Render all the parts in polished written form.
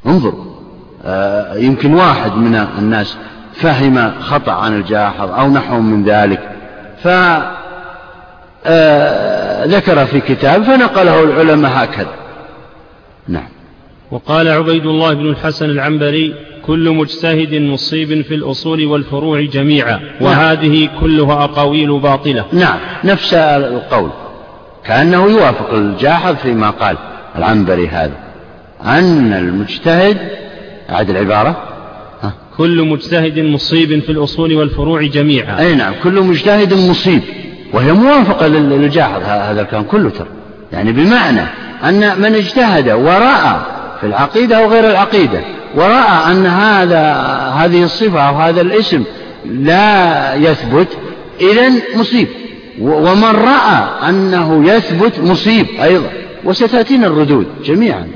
انظروا، يمكن واحد من الناس فهم خطأ عن الجاحظ أو نحو من ذلك، فذكر في كتاب فنقله العلماء هكذا. نعم. وقال عبيد الله بن الحسن العنبري: كل مجتهد مصيب في الأصول والفروع جميعا، وهذه كلها أقاويل باطلة. نعم، نفس القول، كأنه يوافق الجاحظ فيما قال العنبري هذا، أن المجتهد، أعد العبارة، كل مجتهد مصيب في الأصول والفروع جميعا. أي نعم، كل مجتهد مصيب، وهي موافقة للجاحظ هذا الكلام كله ترى، يعني بمعنى أن من اجتهد ورأى في العقيدة أو غير العقيدة ورأى أن هذه الصفة أو هذا الاسم لا يثبت، إذن مصيب، ومن رأى أنه يثبت مصيب أيضا. وستأتينا الردود جميعا،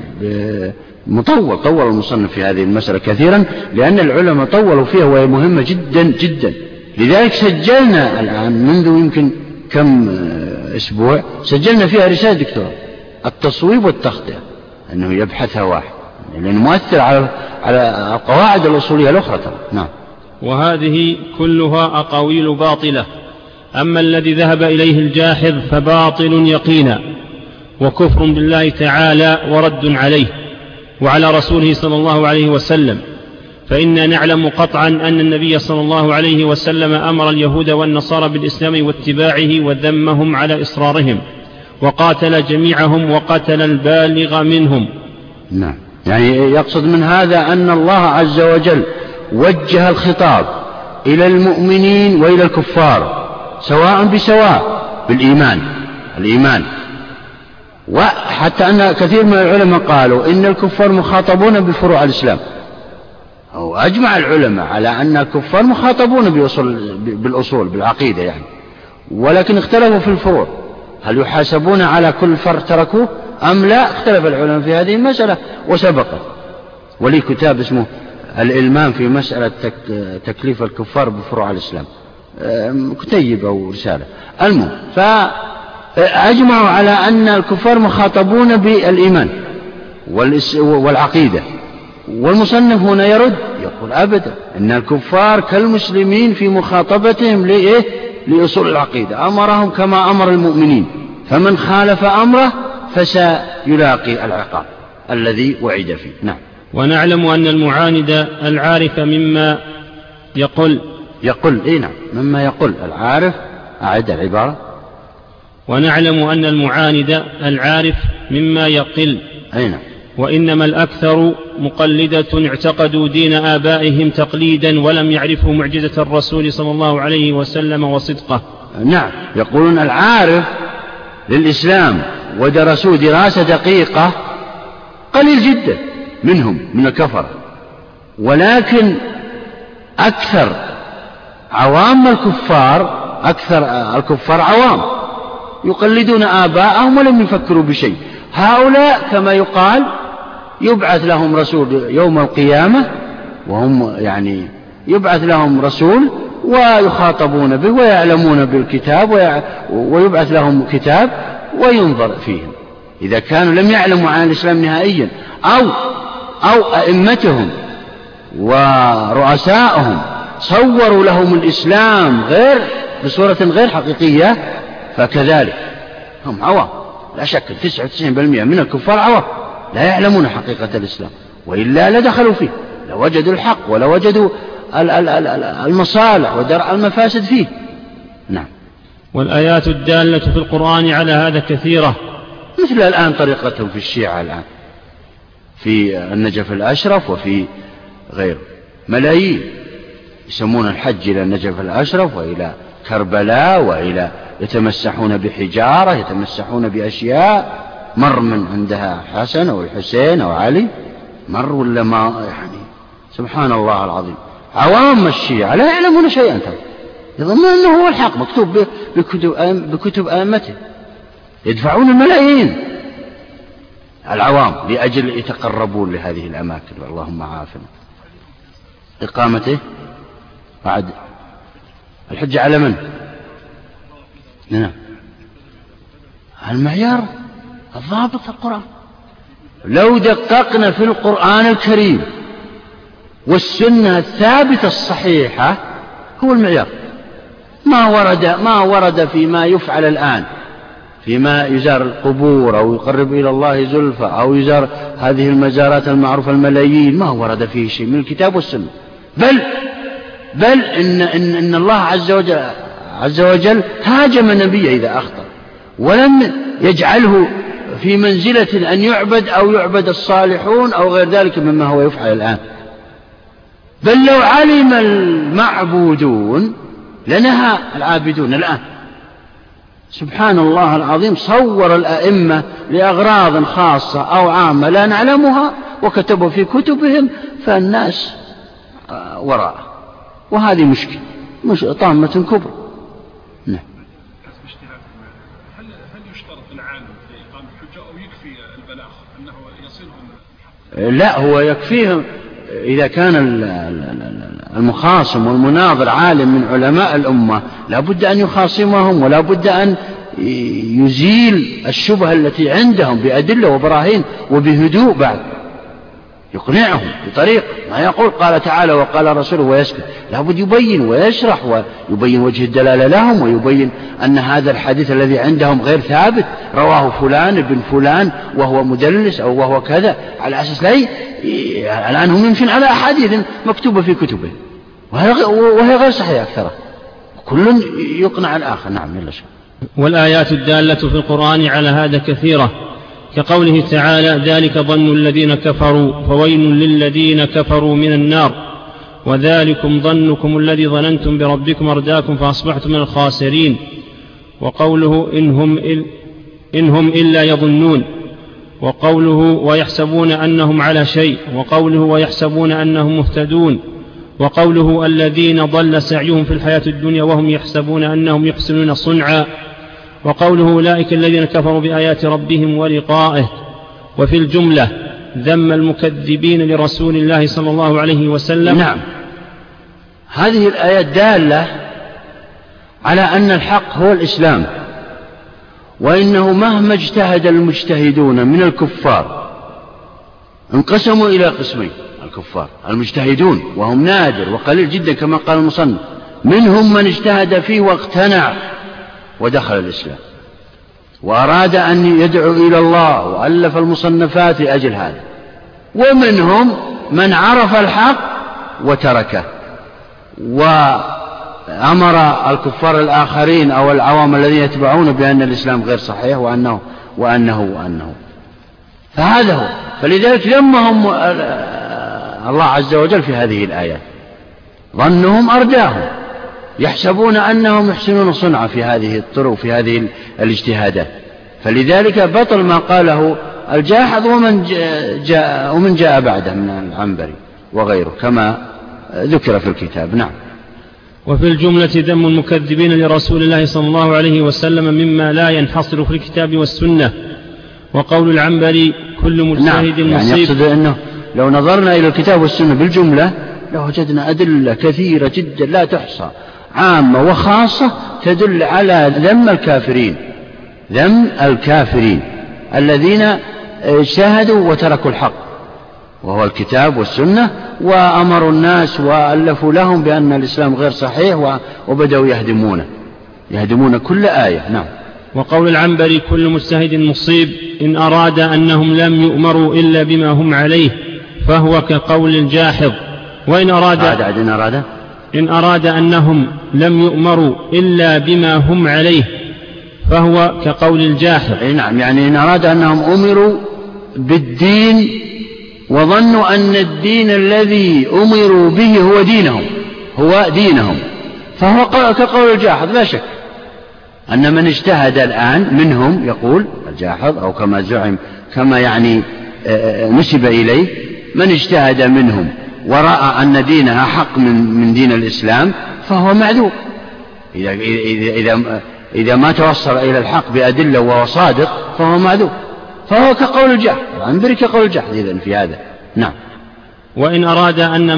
طول المصنف في هذه المسألة كثيرا، لأن العلماء طولوا فيها وهي مهمة جدا جدا. لذلك سجلنا الآن منذ يمكن كم أسبوع سجلنا فيها رسالة دكتوراه، التصويب والتخطئة، أنه يبحثها واحد، لأنه مؤثر على القواعد الأصولية الأخرى. نعم. وهذه كلها أقاويل باطلة. أما الذي ذهب إليه الجاحظ فباطل يقينا، وكفر بالله تعالى ورد عليه وعلى رسوله صلى الله عليه وسلم. فإنا نعلم قطعا أن النبي صلى الله عليه وسلم أمر اليهود والنصارى بالإسلام واتباعه وذمهم على إصرارهم، وقاتل جميعهم وقتل البالغ منهم. نعم، يعني يقصد من هذا أن الله عز وجل وجه الخطاب إلى المؤمنين وإلى الكفار سواء بسواء بالإيمان. وحتى أن كثير من العلماء قالوا إن الكفار مخاطبون بفروع الإسلام، أو أجمع العلماء على أن الكفار مخاطبون بالأصول بالعقيدة يعني، ولكن اختلفوا في الفروع، هل يحاسبون على كل فرع تركوه أم لا؟ اختلف العلماء في هذه المسألة وسبقت. ولي كتاب اسمه الإلمام في مسألة تكليف الكفار بفروع الإسلام، كتيب أو رسالة. المهم، فأجمعوا على أن الكفار مخاطبون بالإيمان والعقيدة. والمصنف هنا يرد يقول أبدا، إن الكفار كالمسلمين في مخاطبتهم لأصول العقيدة، أمرهم كما أمر المؤمنين، فمن خالف أمره فسيلاقي العقاب الذي وعد فيه. نعم. ونعلم أن المعاند العارف مما يقول نعم، مما يقول العارف، أعد العبارة. ونعلم أن المعاند العارف مما يقل، أي نعم، وإنما الأكثر مقلدة اعتقدوا دين آبائهم تقليدا ولم يعرفوا معجزة الرسول صلى الله عليه وسلم وصدقه. نعم، يقولون العارف للإسلام ودرسوا دراسة دقيقة قليل جدا منهم من الكفر، ولكن أكثر الكفار عوام يقلدون آباءهم ولم يفكروا بشيء. هؤلاء كما يقال يبعث لهم رسول يوم القيامة، وهم يعني يبعث لهم رسول ويخاطبون به ويعلمون بالكتاب ويبعث لهم كتاب وينظر فيهم. إذا كانوا لم يعلموا عن الإسلام نهائيا أو أئمتهم ورؤسائهم صوروا لهم الإسلام بصورة غير حقيقية، فكذلك هم عوام لا شك. 99% من الكفار عوام لا يعلمون حقيقة الإسلام، وإلا لدخلوا فيه، لوجدوا الحق ولوجدوا المصالح ودرء المفاسد فيه. نعم. والآيات الدالة في القرآن على هذا كثيرة، مثل الآن طريقتهم في الشيعة الآن في النجف الأشرف وفي غيره، ملايين يسمون الحج إلى النجف الأشرف وإلى كربلاء، وإلى يتمسحون بحجارة، يتمسحون بأشياء، مر من عندها حسن أو الحسين أو علي، مر ولا ما، يعني سبحان الله العظيم. عوام الشيعة لا يعلمون شيئا، يظنون أنه هو الحق مكتوب بكتب آمته، يدفعون الملايين العوام لأجل يتقربون لهذه الأماكن. اللهم عافنا. إقامته بعد الحجة على من؟ نعم، المعيار الضابط القرآن. لو دققنا في القرآن الكريم والسنة الثابتة الصحيحة هو المعيار. ما ورد فيما يفعل الآن، فيما يزار القبور أو يقرب إلى الله زلفى أو يزار هذه المزارات المعروفة الملايين، ما ورد فيه شيء من الكتاب والسنة. بل إن الله عز وجل هاجم نبيه إذا أخطأ، ولم يجعله في منزلة أن يعبد أو يعبد الصالحون أو غير ذلك مما هو يفعل الآن. بل لو علم المعبودون لنهى العابدون الآن. سبحان الله العظيم، صور الأئمة لأغراض خاصة أو عامة لا نعلمها وكتبوا في كتبهم، فالناس وراء، وهذه مشكلة، مش طامة كبرى. نعم. هل يشترط العالم في إقامة الحجة أو يكفي البلاغ أنه يصلهم؟ لا، هو يكفيهم إذا كان المخاصم والمناظر عالم من علماء الأمة، لا بد أن يخاصمهم ولا بد أن يزيل الشبهة التي عندهم بأدلة وبراهين وبهدوء، بعد يقنعهم بطريق ما يقول قال تعالى وقال رسوله ويسكت. لا بد يبين ويشرح ويبين وجه الدلالة لهم، ويبين أن هذا الحديث الذي عندهم غير ثابت، رواه فلان ابن فلان وهو مدلس أو وهو كذا، على أساس لا الآن هم يمشون على أحاديث مكتوبة في كتبه وهي غير صحيحة أكثرها، كل يقنع الآخر. نعم. يلا شيء. والآيات الدالة في القرآن على هذا كثيرة، كقوله تعالى ذلك ظن الذين كفروا فويل للذين كفروا من النار وذلكم ظنكم الذي ظننتم بربكم أرداكم فأصبحتم من الخاسرين. وقوله إن هم إلا يظنون، وقوله ويحسبون أنهم على شيء، وقوله ويحسبون أنهم مهتدون، وقوله الذين ضل سعيهم في الحياة الدنيا وهم يحسبون أنهم يحسنون صنعا، وقوله أولئك الذين كفروا بآيات ربهم ولقائه. وفي الجملة ذم المكذبين لرسول الله صلى الله عليه وسلم. نعم. هذه الآيات دالة على أن الحق هو الإسلام، وإنه مهما اجتهد المجتهدون من الكفار، انقسموا إلى قسمين الكفار المجتهدون، وهم نادر وقليل جدا كما قال المصنف، منهم من اجتهد فيه واقتنع ودخل الإسلام وأراد أن يدعو إلى الله وألف المصنفات لأجل هذا، ومنهم من عرف الحق وتركه وأمر الكفار الآخرين أو العوام الذين يتبعون بأن الإسلام غير صحيح وأنه فهذا هو. فلذلك ذمهم الله عز وجل في هذه الآيات، ظنهم أرداهم، يحسبون أنهم يحسنون صنعا في هذه الطرق في هذه الاجتهادات. فلذلك بطل ما قاله الجاحظ ومن جاء بعده من العنبري وغيره كما ذكر في الكتاب. نعم. وفي الجملة ذم المكذبين لرسول الله صلى الله عليه وسلم مما لا ينحصر في الكتاب والسنة. وقول العنبري كل مجتهد نعم. مصيب. يعني يقصد أنه لو نظرنا إلى الكتاب والسنة بالجملة لوجدنا أدلة كثيرة جدا لا تحصى عامة وخاصة تدل على ذم الكافرين الذين اجتهدوا وتركوا الحق وهو الكتاب والسنة، وأمروا الناس وألفوا لهم بأن الإسلام غير صحيح وبدأوا يهدمون كل آية. نعم. وقول العنبري كل مجتهد مصيب إن أراد أنهم لم يؤمروا إلا بما هم عليه فهو كقول الجاحظ. وإن أراد أنهم لم يؤمروا إلا بما هم عليه فهو كقول الجاحظ. نعم. يعني إن أراد أنهم أمروا بالدين وظنوا أن الدين الذي أمروا به هو دينهم فهو كقول الجاحظ. لا شك أن من اجتهد الآن منهم يقول الجاحظ أو كما زعم كما يعني نسب إليه، من اجتهد منهم ورأى أن دينها حق من دين الإسلام فهو معذور إذا ما توصل إلى الحق بأدلة وهو صادق فهو معذور، فهو كقول الجاحظ. عنبري كقول الجاحظ إذن في هذا. نعم. وإن أراد أن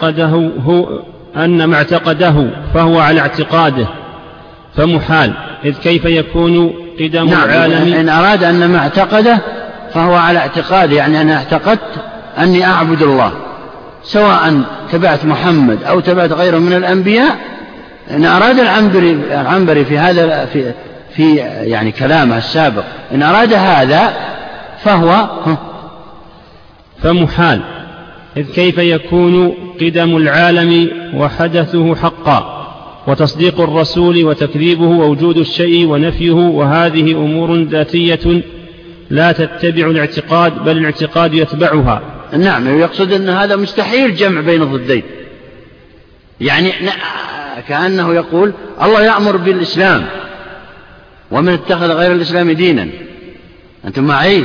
ما اعتقده فهو على اعتقاده فمحال، إذ كيف يكون قدم العالم. إن أراد أن ما اعتقده فهو على اعتقاد، يعني أنا اعتقدت أني أعبد الله، سواء تبعت محمد أو تبعت غيره من الأنبياء. إن أراد العنبري في هذا في يعني كلامه السابق، إن أراد هذا فهو فمحال، إذ كيف يكون قدم العالم وحدثه حقا، وتصديق الرسول وتكذيبه، ووجود الشيء ونفيه، وهذه أمور ذاتية لا تتبع الاعتقاد، بل الاعتقاد يتبعها. نعم، يقصد أن هذا مستحيل جمع بين الضدين، يعني كأنه يقول الله يأمر بالإسلام، ومن اتخذ غير الإسلام دينا، أنتم معي؟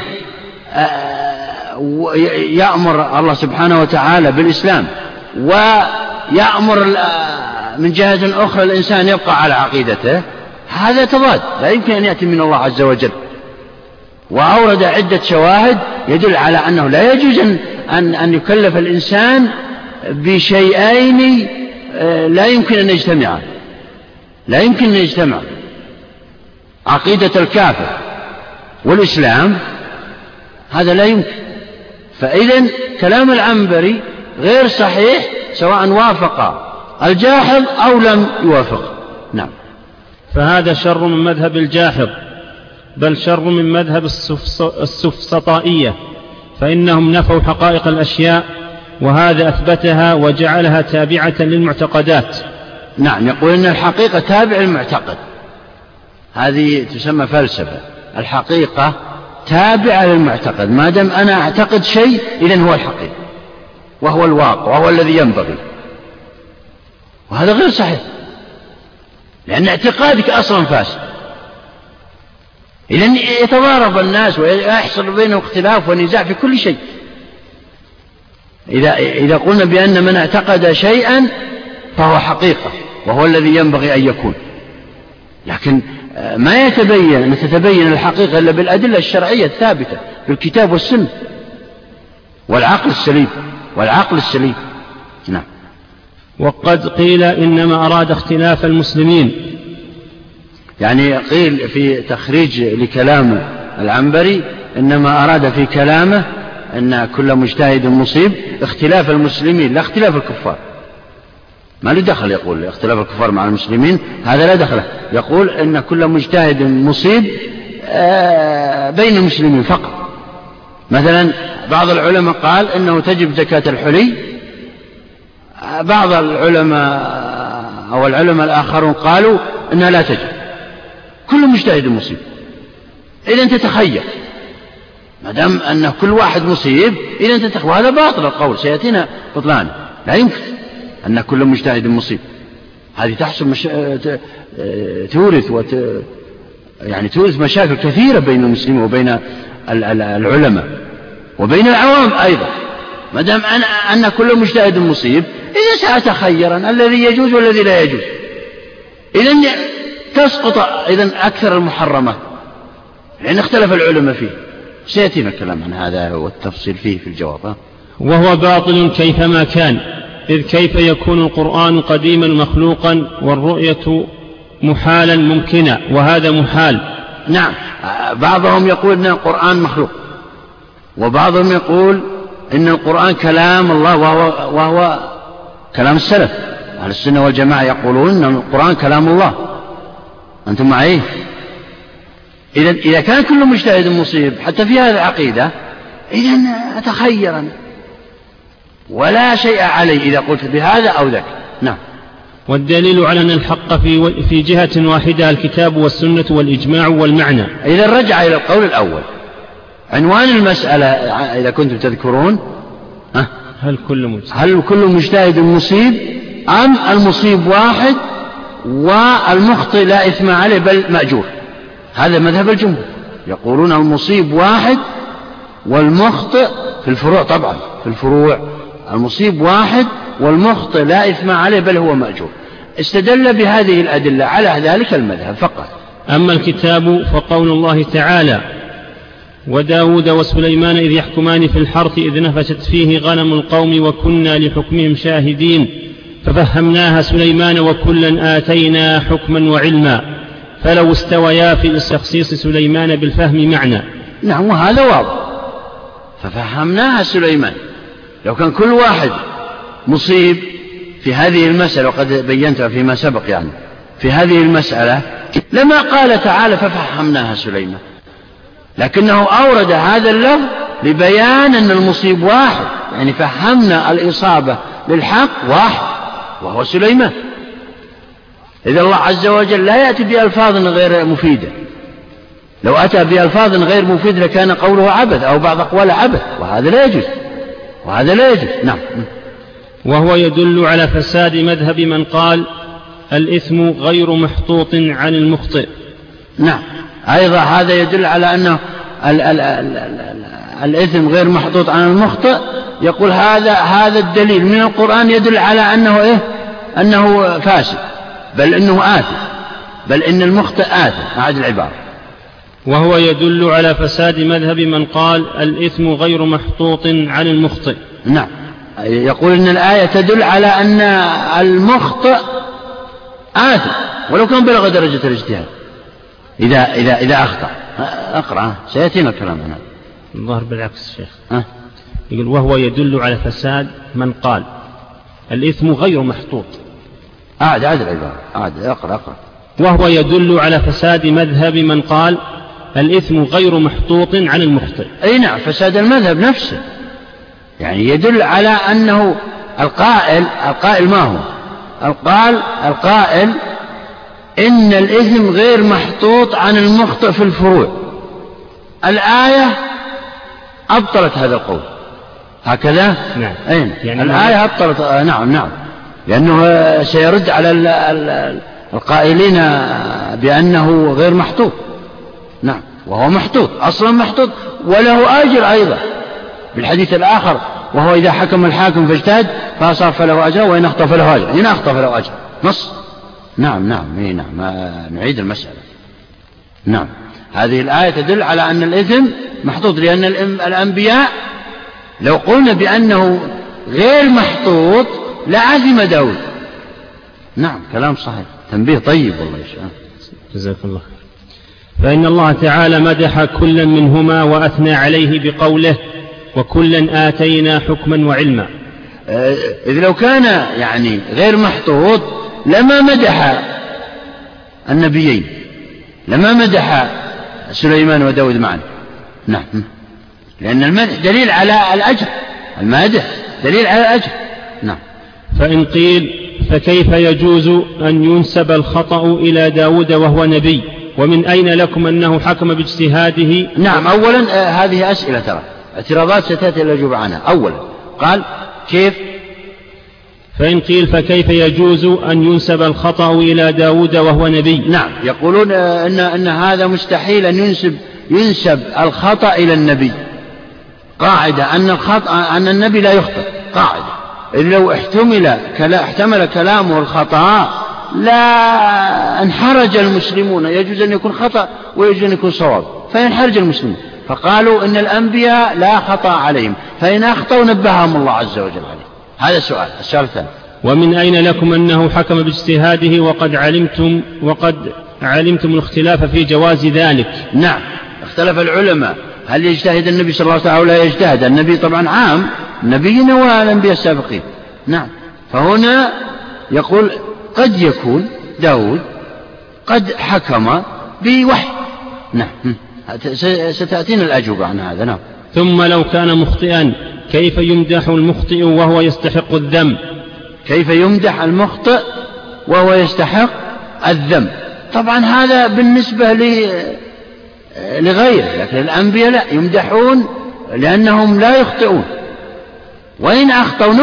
يأمر الله سبحانه وتعالى بالإسلام، ويأمر من جهة أخرى الإنسان يبقى على عقيدته، هذا تضاد، لا يمكن أن يأتي من الله عز وجل. وأورد عدة شواهد يدل على أنه لا يجوز أن يكلف الإنسان بشيئين لا يمكن أن يجتمعا، لا يمكن أن يجتمعا، عقيدة الكافر والإسلام، هذا لا يمكن. فإذا كلام العنبري غير صحيح، سواء وافق الجاحظ أو لم يوافق. نعم. فهذا شر من مذهب الجاحظ، بل شر من مذهب السفسطائية، فإنهم نفوا حقائق الأشياء، وهذا أثبتها وجعلها تابعة للمعتقدات. نعم، يقول إن الحقيقة تابع للمعتقد، هذه تسمى فلسفة. الحقيقة تابعة للمعتقد، ما دام أنا أعتقد شيء إذن هو الحقيقة، وهو الواقع، وهو الذي ينبغي، وهذا غير صحيح، لأن اعتقادك أصلا فاسد. إذن يتضارب الناس ويحصل بينهم اختلاف ونزاع في كل شيء. إذا قلنا بأن من اعتقد شيئا فهو حقيقة، وهو الذي ينبغي أن يكون، لكن ما تتبين الحقيقة إلا بالأدلة الشرعية الثابتة في الكتاب والسنة والعقل السليم. نعم. وقد قيل إنما أراد اختلاف المسلمين، يعني قيل في تخريج لكلام العنبري إنما أراد في كلامه أن كل مجتهد مصيب اختلاف المسلمين، لا اختلاف الكفار. ما له دخل، يقول اختلاف الكفار مع المسلمين، هذا لا دخل. يقول إن كل مجتهد مصيب بين المسلمين فقط. مثلا بعض العلماء قال إنه تجب زكاة الحلي، بعض العلماء أو العلماء الآخرون قالوا إنها لا تجب. كل مجتهد مصيب، إذا أنت تتخير، ما دام أن كل واحد مصيب إذا أنت تتخير، وهذا باطل القول، سيأتينا بطلان. لا يمكن أن كل مجتهد مصيب، هذه تحصل تورث مشاكل كثيرة بين المسلمين وبين العلماء وبين العوام أيضا. ما دام أن كل مجتهد مصيب إذا سأتخير الذي يجوز والذي لا يجوز، إذا تسقط أكثر المحرمات، لأن اختلف العلماء فيه. سيأتينا الكلام عن هذا والتفصيل فيه في الجواب. وهو باطل كيفما كان، إذ كيف يكون القرآن قديما مخلوقا والرؤية محالا ممكنا، وهذا محال. نعم، بعضهم يقول إن القرآن مخلوق، وبعضهم يقول إن القرآن كلام الله وهو كلام السلف. أهل السنة والجماعة يقولون إن القرآن كلام الله. أنتم معي؟ إذا كان كل مجتهد مصيب حتى في هذه العقيدة، إذن أتخيرا ولا شيء علي إذا قلت بهذا أو ذاك. نعم. والدليل على أن الحق في جهة واحدة الكتاب والسنة والإجماع والمعنى. إذا رجع إلى القول الأول، عنوان المسألة إذا كنتم تذكرون، هل كل مجتهد مصيب أم المصيب واحد والمخطئ لا إثم عليه بل مأجور؟ هذا مذهب الجمهور، يقولون المصيب واحد والمخطئ في الفروع، طبعا في الفروع المصيب واحد والمخطئ لا إثم عليه بل هو مأجور. استدل بهذه الأدلة على ذلك المذهب فقط. أما الكتاب فقول الله تعالى: وداود وسليمان إذ يحكمان في الحرث إذ نفشت فيه غنم القوم وكنا لحكمهم شاهدين ففهمناها سليمان وكلا آتينا حكما وعلما فلو استويا في تخصيص سليمان بالفهم معنى. نعم، وهذا واضح ففهمناها سليمان. لو كان كل واحد مصيب في هذه المسألة، وقد بينتها فيما سبق يعني في هذه المسألة، لما قال تعالى ففهمناها سليمان، لكنه أورد هذا اللفظ لبيان أن المصيب واحد، يعني فهمنا الإصابة للحق واحد وهو سليمان. إذا الله عز وجل لا يأتي بألفاظ غير مفيدة، لو أتى بألفاظ غير مفيدة لكان قوله عبث أو بعض أقواله عبث، وهذا لا يجوز، وهذا لا يجوز. نعم. وهو يدل على فساد مذهب من قال الإثم غير محطوط عن المخطئ. نعم، أيضا هذا يدل على أنه الإثم غير محطوط عن المخطئ. يقول هذا الدليل من القرآن يدل على أنه أنه فاسد، بل إنه آثم، بل إن المخطئ آثم. أعد العبارة. وهو يدل على فساد مذهب من قال الإثم غير محطوط عن المخطئ. نعم، يقول إن الآية تدل على أن المخطئ آثم ولو كان بلغ درجة الاجتهاد إذا أخطأ. أقرأ سيأتينا الكلام هنا. الظاهر بالعكس شيخ. يقول وهو يدل على فساد من قال الإثم غير محطوط. أعد العبارة. أقرأ. وهو يدل على فساد مذهب من قال الإثم غير محطوط عن المخطئ. أي نعم، فساد المذهب نفسه، يعني يدل على أنه القائل ما هو القائل إن الإثم غير محطوط عن المخطئ في الفروع. الآية أبطلت هذا القول هكذا. نعم. يعني الآية أبطلت. نعم، لأنه سيرد على القائلين بأنه غير محطوط. نعم، وهو محطوط أصلا، محطوط وله أجر أيضا بالحديث الآخر، وهو إذا حكم الحاكم فاجتهد فأصاب فله أجر وإن أخطأ فله أجر. إن أخطأ فله أجر نص. نعم. نعيد المسألة. نعم، هذه الآية تدل على أن الإثم محطوط، لأن الأنبياء لو قلنا بأنه غير محطوط لعزم داود. نعم، كلام صحيح، تنبيه طيب والله يشاء. جزاك الله خير. فإن الله تعالى مدح كلا منهما وأثنى عليه بقوله وكلا آتينا حكما وعلما. إذ لو كان يعني غير محطوط لما مدح النبيين، لما مدح سليمان وداود معا. نعم، لأن المدح دليل على الأجر، المدح دليل على الأجر. نعم. فإن قيل فكيف يجوز أن ينسب الخطأ إلى داود وهو نبي، ومن أين لكم أنه حكم باجتهاده؟ نعم، أولا هذه أسئلة ترى اعتراضات ستأتي الأجوبة عنها. أولا قال كيف. فإن قيل فكيف يجوز أن ينسب الخطأ إلى داود وهو نبي؟ نعم، يقولون أن هذا مستحيل أن ينسب الخطأ إلى النبي. قاعدة أن النبي لا يخطئ، قاعدة. إذ لو احتمل كلامه الخطأ لا انحرج المسلمون، يجوز أن يكون خطأ ويجوز أن يكون صواب، فينحرج المسلمون، فقالوا إن الأنبياء لا خطأ عليهم، فإن أخطأوا نبههم الله عز وجل عليه. هذا السؤال الثاني. ومن أين لكم أنه حكم باجتهاده وقد علمتم الاختلاف في جواز ذلك؟ نعم، اختلف العلماء هل يجتهد النبي صلى الله عليه وسلم أو لا يجتهد. النبي طبعا عام، نبينا والأنبياء السابقين. نعم، فهنا يقول قد يكون داود قد حكم بوحي. نعم، ستأتينا الأجوبة عن هذا. نعم. ثم لو كان مخطئا كيف يمدح المخطئ وهو يستحق الذم؟ كيف يمدح المخطئ وهو يستحق الذم؟ طبعا هذا بالنسبة لغيره، لكن الأنبياء لا يمدحون لأنهم لا يخطئون، وإن أخطأوا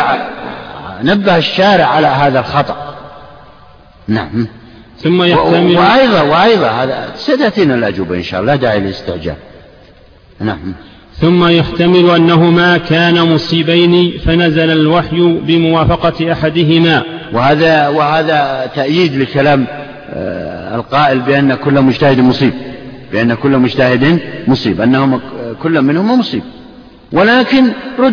نبه الشارع على هذا الخطأ. نعم. ثم يحتمل وأيضا هذا ستأتينا الأجوبة إن شاء الله، داعي للاستعجال. نعم. ثم يحتمل أنهما كانا مصيبين فنزل الوحي بموافقة أحدهما. وهذا تأييد لكلام القائل بأن كل مجتهد مصيب، أنهم كل منهم مصيب، ولكن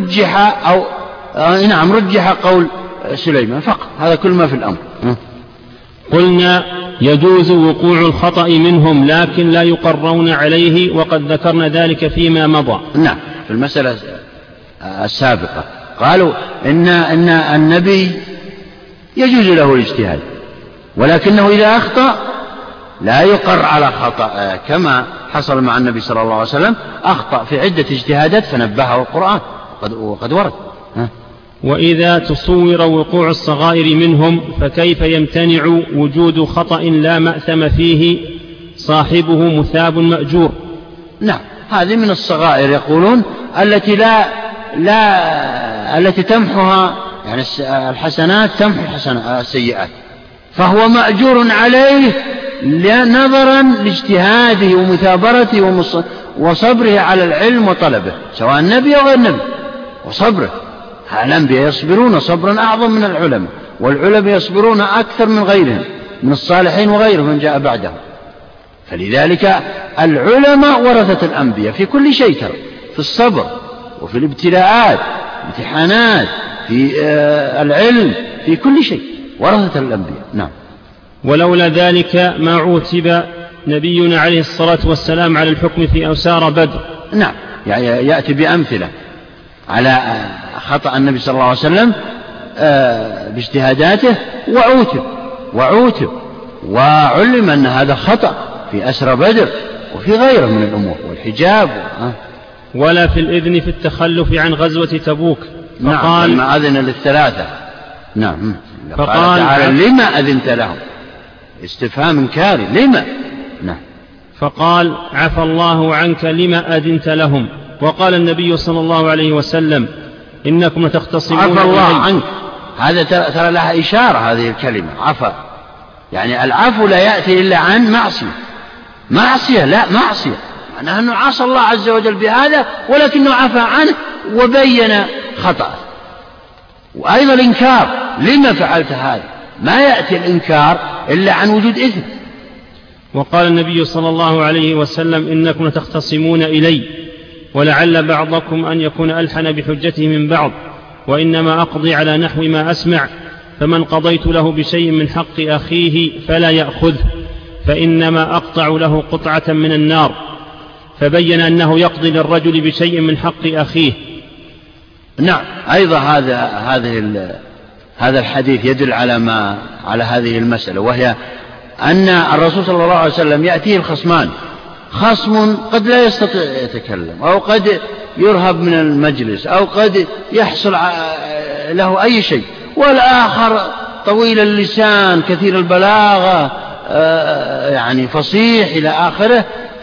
رجح قول سليمان فقط، هذا كل ما في الأمر. قلنا يجوز وقوع الخطأ منهم لكن لا يقرون عليه، وقد ذكرنا ذلك فيما مضى. نعم، في المسألة السابقة قالوا إن النبي يجوز له الاجتهاد، ولكنه إذا أخطأ لا يقر على خطأ، كما حصل مع النبي صلى الله عليه وسلم، أخطأ في عدة اجتهادات فنبهه القرآن وقد ورد. وإذا تصور وقوع الصغائر منهم فكيف يمتنع وجود خطأ لا مأثم فيه صاحبه مثاب مأجور؟ نعم، هذه من الصغائر يقولون التي تمحها، يعني الحسنات تمحو السيئات، فهو مأجور عليه نظرا لاجتهاده ومثابرته وصبره على العلم وطلبه، سواء نبي أو غير نبي، وصبره. الأنبياء يصبرون صبرا أعظم من العلماء، والعلماء يصبرون أكثر من غيرهم من الصالحين وغيرهم من جاء بعدهم. فلذلك العلماء ورثة الأنبياء في كل شيء، في الصبر وفي الابتلاءات، امتحانات، في العلم، في كل شيء ورثة الأنبياء. نعم. ولولا ذلك ما عوتب نبينا عليه الصلاة والسلام على الحكم في أوسار بدر. نعم، يعني يأتي بأمثلة على خطأ النبي صلى الله عليه وسلم باجتهاداته، وعوتب وعلم أن هذا خطأ في أسرى بدر وفي غيره من الأمور والحجاب. ولا في الإذن في التخلف عن غزوة تبوك. فقال لما أذن للثلاثة. نعم. فقال تعالى لما أذنت لهم، استفهام إنكاري، لما. نعم. فقال عفى الله عنك لما أذنت لهم. وقال النبي صلى الله عليه وسلم إنكم لتختصمون. عفى الله عنك، هذا ترى لها إشارة، هذه الكلمة عفى، يعني العفو لا يأتي إلا عن معصية، لا معصية معناها أنه عصى الله عز وجل بهذا، ولكنه عفى عنه وبين خطأه. وأيضا الإنكار، لما فعلت هذا، ما يأتي الإنكار إلا عن وجود إثم. وقال النبي صلى الله عليه وسلم إنكم لتختصمون إلي ولعل بعضكم أن يكون ألحن بحجته من بعض، وإنما أقضي على نحو ما أسمع، فمن قضيت له بشيء من حق أخيه فلا يأخذه، فإنما أقطع له قطعة من النار. فبين أنه يقضي للرجل بشيء من حق أخيه. نعم، أيضا هذا الحديث يدل على هذه المسألة، وهي أن الرسول صلى الله عليه وسلم يأتيه الخصمان، خصم قد لا يستطيع يتكلم، أو قد يرهب من المجلس، أو قد يحصل له أي شيء، والآخر طويل اللسان كثير البلاغة، يعني فصيح إلى آخره،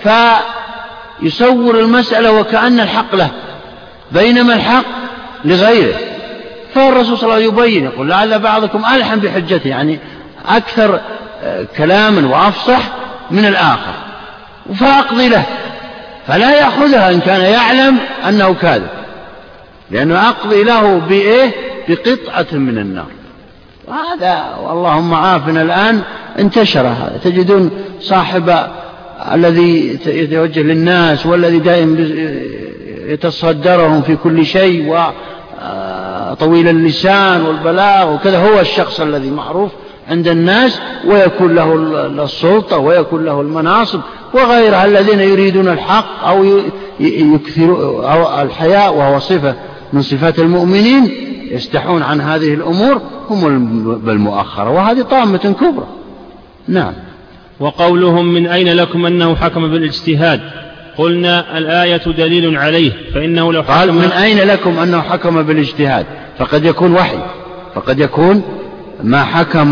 فيصور المسألة وكأن الحق له بينما الحق لغيره. فالرسول صلى الله عليه وسلم يبين، يقول لعل بعضكم ألحن بحجته، يعني أكثر كلاما وأفصح من الآخر، فأقضي له، فلا يأخذها إن كان يعلم أنه كاذب، لأنه أقضي له بقطعة من النار. وهذا واللهم عافنا الآن انتشر هذا، تجدون صاحب الذي يتوجه للناس والذي دائما يتصدرهم في كل شيء وطويل اللسان والبلاغ وكذا، هو الشخص الذي معروف عند الناس ويكون له السلطة ويكون له المناصب، وغيرها الذين يريدون الحق أو يكثروا أو الحياء، وهو صفة من صفات المؤمنين، يستحون عن هذه الأمور، هم بالمؤخرة، وهذه طامة كبرى. نعم. وقولهم من أين لكم أنه حكم بالاجتهاد؟ قلنا الآية دليل عليه، فإنه لو قال من أين لكم أنه حكم بالاجتهاد، فقد يكون وحي، فقد يكون ما حكم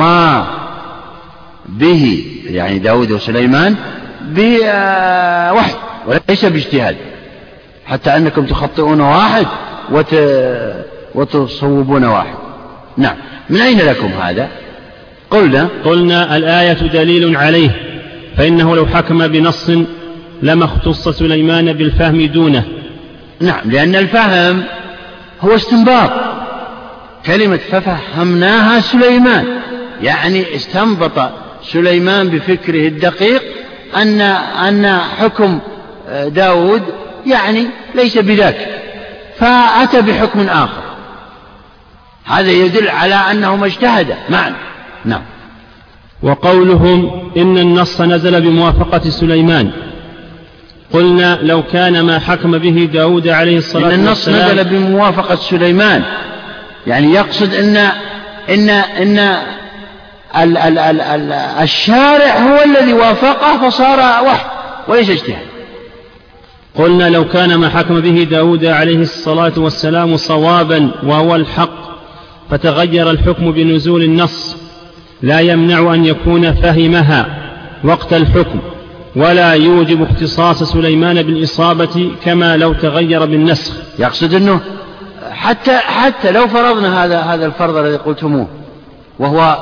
به يعني داود وسليمان بوحي وليس باجتهاد، حتى أنكم تخطئون واحد وتصوبون واحد. نعم. من أين لكم هذا؟ قلنا الآية دليل عليه، فإنه لو حكم بنص لما اختص سليمان بالفهم دونه. نعم، لأن الفهم هو استنباط، كلمة ففهمناها سليمان، يعني استنبط سليمان بفكره الدقيق أن حكم داود يعني ليس بذاك، فأتى بحكم آخر، هذا يدل على أنهما اجتهدا معا. نعم. وقولهم إن النص نزل بموافقة سليمان، قلنا لو كان ما حكم به داود عليه الصلاة والسلام. إن النص نزل بموافقة سليمان، يعني يقصد إن الشارع هو الذي وافقه فصار وحي وليس اجتهاد. قلنا لو كان ما حكم به داود عليه الصلاة والسلام صوابا وهو الحق فتغير الحكم بنزول النص لا يمنع أن يكون فهمها وقت الحكم، ولا يوجب اختصاص سليمان بالإصابة كما لو تغير بالنسخ. يقصد أنه حتى لو فرضنا هذا الفرض الذي قلتموه، وهو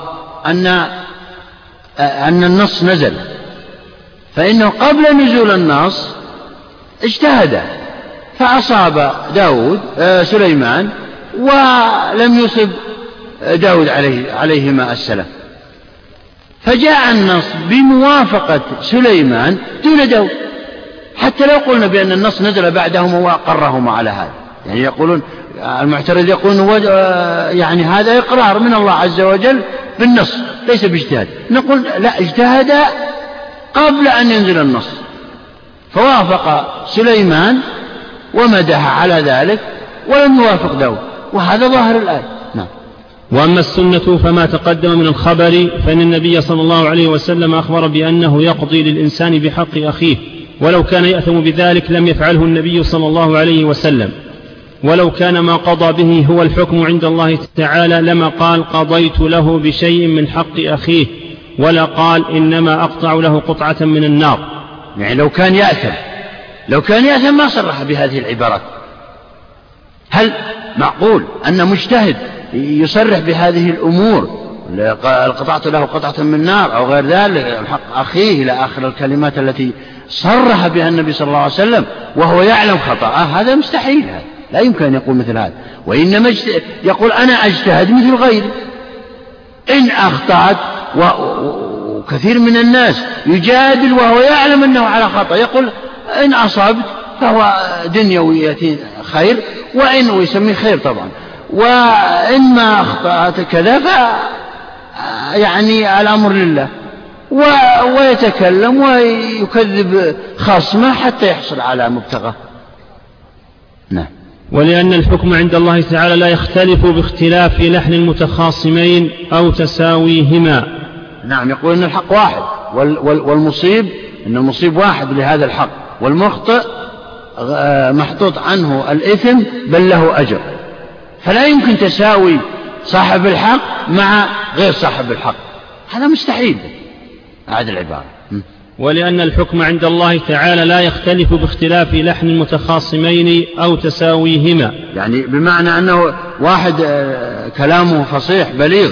أن النص نزل، فإنه قبل نزول النص اجتهد فأصاب سليمان ولم يصب داود عليهما السلام، فجاء النص بموافقة سليمان دون داود، حتى لو قلنا بأن النص نزل بعدهما وأقرهما على هذا. يعني يقولون المعترض يقولون يعني هذا إقرار من الله عز وجل بالنص ليس باجتهاد. نقول لا، اجتهد قبل أن ينزل النص فوافق سليمان ومدح على ذلك ولم يوافق داود، وهذا ظاهر الآية. نعم. وأما السنة فما تقدم من الخبر فإن النبي صلى الله عليه وسلم أخبر بأنه يقضي للإنسان بحق أخيه، ولو كان يأثم بذلك لم يفعله النبي صلى الله عليه وسلم، ولو كان ما قضى به هو الحكم عند الله تعالى لما قال قضيت له بشيء من حق أخيه، ولا قال إنما أقطع له قطعة من النار. يعني لو كان يأثم ما صرح بهذه العبارات. هل معقول أن مجتهد يصرح بهذه الأمور قطعت له قطعة من النار أو غير ذلك حق أخيه إلى آخر الكلمات التي صرح بها النبي صلى الله عليه وسلم وهو يعلم خطأه؟ هذا مستحيل، هذا لا يمكن أن يقول مثل هذا. وإنما يقول أنا أجتهد مثل غيري إن أخطأت. وكثير من الناس يجادل وهو يعلم أنه على خطأ، يقول إن أصبت فهو دنيوية خير، وإن ويسميه خير طبعا، وإن ما أخطأت كذا يعني الأمر لله، ويتكلم ويكذب خصمه حتى يحصل على مبتغاه. نعم. ولأن الحكم عند الله تعالى لا يختلف باختلاف لحن المتخاصمين أو تساويهما. نعم، يقول إن الحق واحد والمصيب إن المصيب واحد لهذا الحق، والمخطئ محطوط عنه الإثم بل له أجر، فلا يمكن تساوي صاحب الحق مع غير صاحب الحق، هذا مستحيل. هذه العبارة. ولأن الحكم عند الله تعالى لا يختلف باختلاف لحن المتخاصمين أو تساويهما، يعني بمعنى أنه واحد كلامه فصيح بليغ،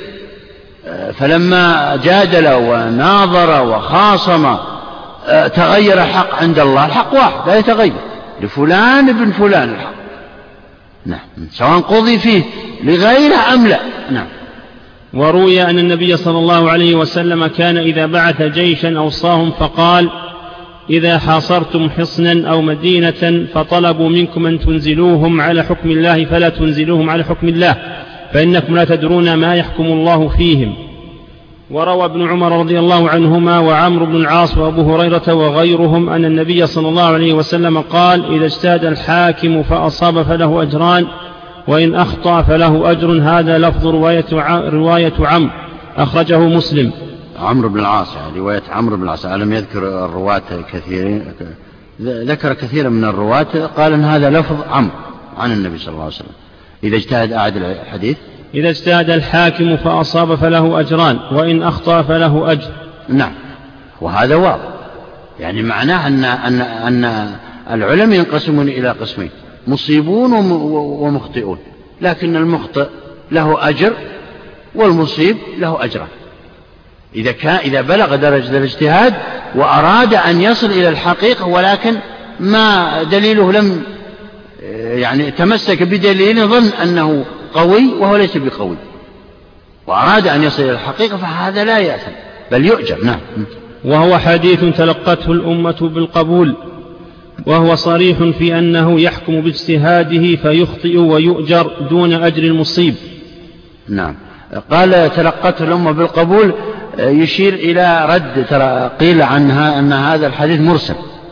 فلما جادل وناظر وخاصم تغير الحق عند الله، الحق واحد لا يتغير لفلان ابن فلان الحق. نعم، سواء قضي فيه لغيره أم لا. نعم. وروي أن النبي صلى الله عليه وسلم كان إذا بعث جيشا أوصاهم فقال إذا حاصرتم حصنا أو مدينة فطلبوا منكم أن تنزلوهم على حكم الله فلا تنزلوهم على حكم الله فإنكم لا تدرون ما يحكم الله فيهم. وروى ابن عمر رضي الله عنهما وعمرو بن العاص وأبو هريرة وغيرهم أن النبي صلى الله عليه وسلم قال إذا اجتهد الحاكم فأصاب فله أجران وإن أخطأ فله أجر. هذا لفظ رواية عمرو أخرجه مسلم. عمرو بن العاص، رواية عمرو بن العاص، ألم يذكر الرواة كثيرين، ذكر كثيرا من الرواة قال أن هذا لفظ عمرو عن النبي صلى الله عليه وسلم. إذا اجتهد أعد الحديث. إذا اجتهد الحاكم فأصاب فله أجران وإن أخطأ فله أجر. نعم، وهذا واضح، يعني معناه أن العلماء ينقسمون إلى قسمين، مصيبون ومخطئون، لكن المخطئ له أجر والمصيب له أجران. إذا بلغ درجة الاجتهاد وأراد أن يصل إلى الحقيقة ولكن ما دليله لم يعني تمسك بدليل ظن أنه قوي وهو ليس بقوي، وأراد أن يصل إلى الحقيقة، فهذا لا يأثم بل يؤجر. نعم. وهو حديث تلقته الأمة بالقبول، وهو صريح في أنه يحكم باجتهاده فيخطئ ويؤجر دون أجر المصيب. نعم. قال تلقته الأمة بالقبول، يشير إلى رد قيل عنها أن هذا الحديث مرسل،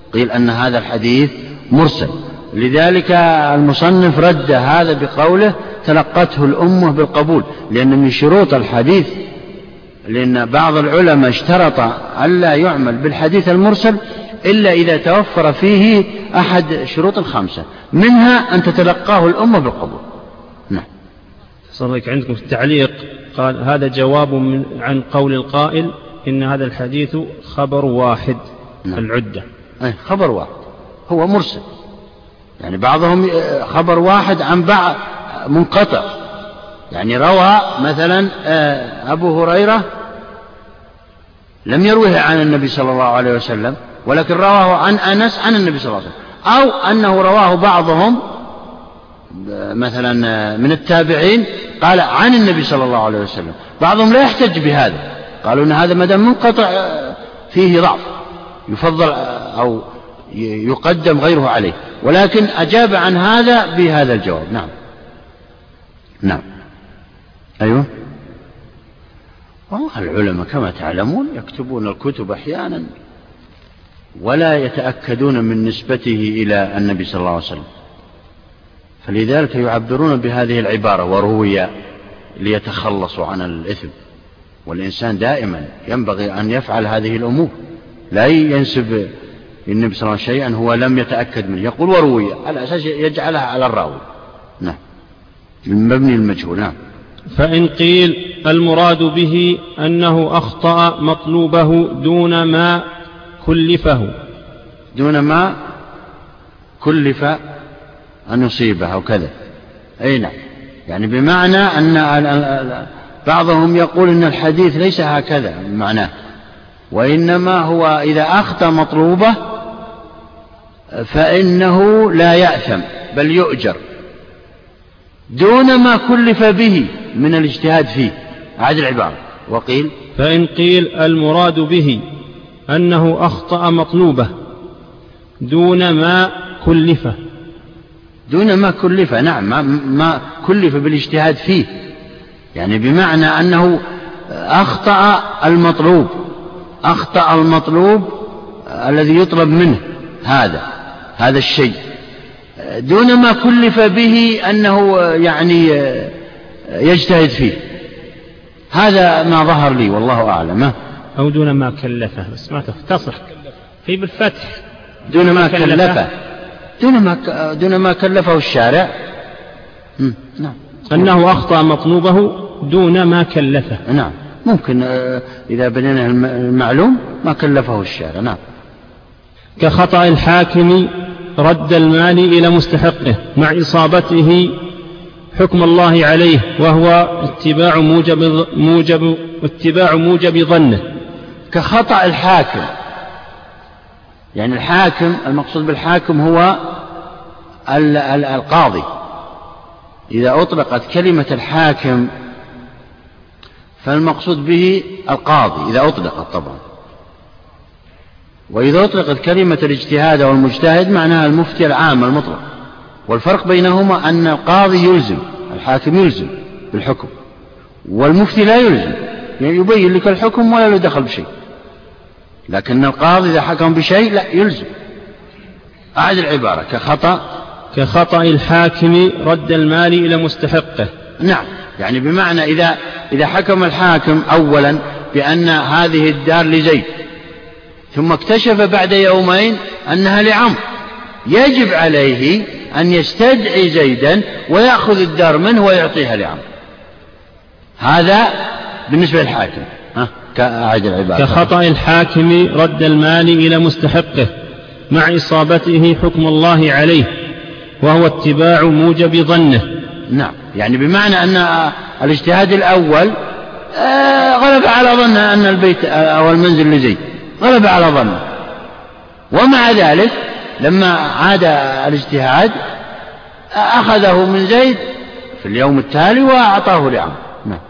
قيل أن هذا الحديث مرسل. لذلك المصنف رد هذا بقوله تلقته الأمة بالقبول، لأن من شروط الحديث، لأن بعض العلماء اشترط ألا يعمل بالحديث المرسل إلا إذا توفر فيه أحد شروط الخمسة، منها أن تتلقاه الأمة بالقبول. نعم. صدق عندكم في التعليق قال هذا جواب عن قول القائل إن هذا الحديث خبر واحد. نعم. العدة خبر واحد هو مرسل، يعني بعضهم خبر واحد عن بعض منقطع، يعني روى مثلا أبو هريرة لم يروه عن النبي صلى الله عليه وسلم، ولكن رواه عن أنس عن النبي صلى الله عليه وسلم، أو أنه رواه بعضهم مثلا من التابعين قال عن النبي صلى الله عليه وسلم. بعضهم لا يحتج بهذا، قالوا أن هذا مدام منقطع فيه ضعف يفضل أو يقدم غيره عليه، ولكن أجاب عن هذا بهذا الجواب. نعم. نعم. أيوه. والله العلماء كما تعلمون يكتبون الكتب أحيانا ولا يتأكدون من نسبته إلى النبي صلى الله عليه وسلم، فلذلك يعبرون بهذه العبارة وروي ليتخلصوا عن الإثم. والإنسان دائما ينبغي أن يفعل هذه الأمور، لا ينسب النبي صلى الله عليه وسلم شيئا هو لم يتأكد منه، يقول وروي على أساس يجعلها على الراوي. نعم. المبني المجهول. نعم. فإن قيل المراد به أنه أخطأ مطلوبه دون ما كلفه، دون ما كلف أن يصيبه أو كذا. أي نعم، يعني بمعنى أن بعضهم يقول أن الحديث ليس هكذا معناه، وإنما هو إذا أخطأ مطلوبه فإنه لا يأثم بل يؤجر دون ما كلف به من الاجتهاد فيه. أعد العبارة. وقيل فإن قيل المراد به أنه أخطأ مطلوبه دون ما كلفه، دون ما كلفه. نعم، ما كلف بالاجتهاد فيه، يعني بمعنى أنه أخطأ المطلوب، أخطأ المطلوب الذي يطلب منه هذا الشيء دون ما كلف به أنه يعني يجتهد فيه. هذا ما ظهر لي والله أعلم. أو دون ما كلفه، بس ما تصح في بالفتح. دون ما كلفه، دون ما كلفه الشارع. نعم. أنه أخطأ مطلوبه دون ما كلفه. نعم، ممكن إذا بنينا المعلوم ما كلفه الشارع. نعم. كخطأ الحاكم رد المال إلى مستحقه مع إصابته حكم الله عليه، وهو اتباع موجب ظنه. كخطأ الحاكم، يعني الحاكم المقصود بالحاكم هو القاضي. إذا أطلقت كلمة الحاكم فالمقصود به القاضي إذا أطلقت طبعا، وإذا أطلقت كلمة الاجتهاد والمجتهد معناها المفتي العام المطلق. والفرق بينهما أن القاضي يلزم، الحاكم يلزم بالحكم، والمفتي لا يلزم، يعني يبين لك الحكم ولا له دخل بشيء، لكن القاضي إذا حكم بشيء لا يلزم. أعد العبارة. كخطأ الحاكم رد المال إلى مستحقه. نعم، يعني بمعنى إذا حكم الحاكم أولا بأن هذه الدار لزيد، ثم اكتشف بعد يومين أنها لعمرو، يجب عليه أن يستدعي زيدا ويأخذ الدار منه ويعطيها لعمرو. هذا بالنسبة للحاكم. كأعد العبارة. كخطأ الحاكم رد المال إلى مستحقه مع إصابته حكم الله عليه، وهو اتباع موجب ظنه. نعم، يعني بمعنى أن الاجتهاد الأول غلب على ظنه أن البيت أو المنزل لزيد، غلب على ظنه، ومع ذلك لما عاد الاجتهاد أخذه من زيد في اليوم التالي وأعطاه لعمرو. نعم.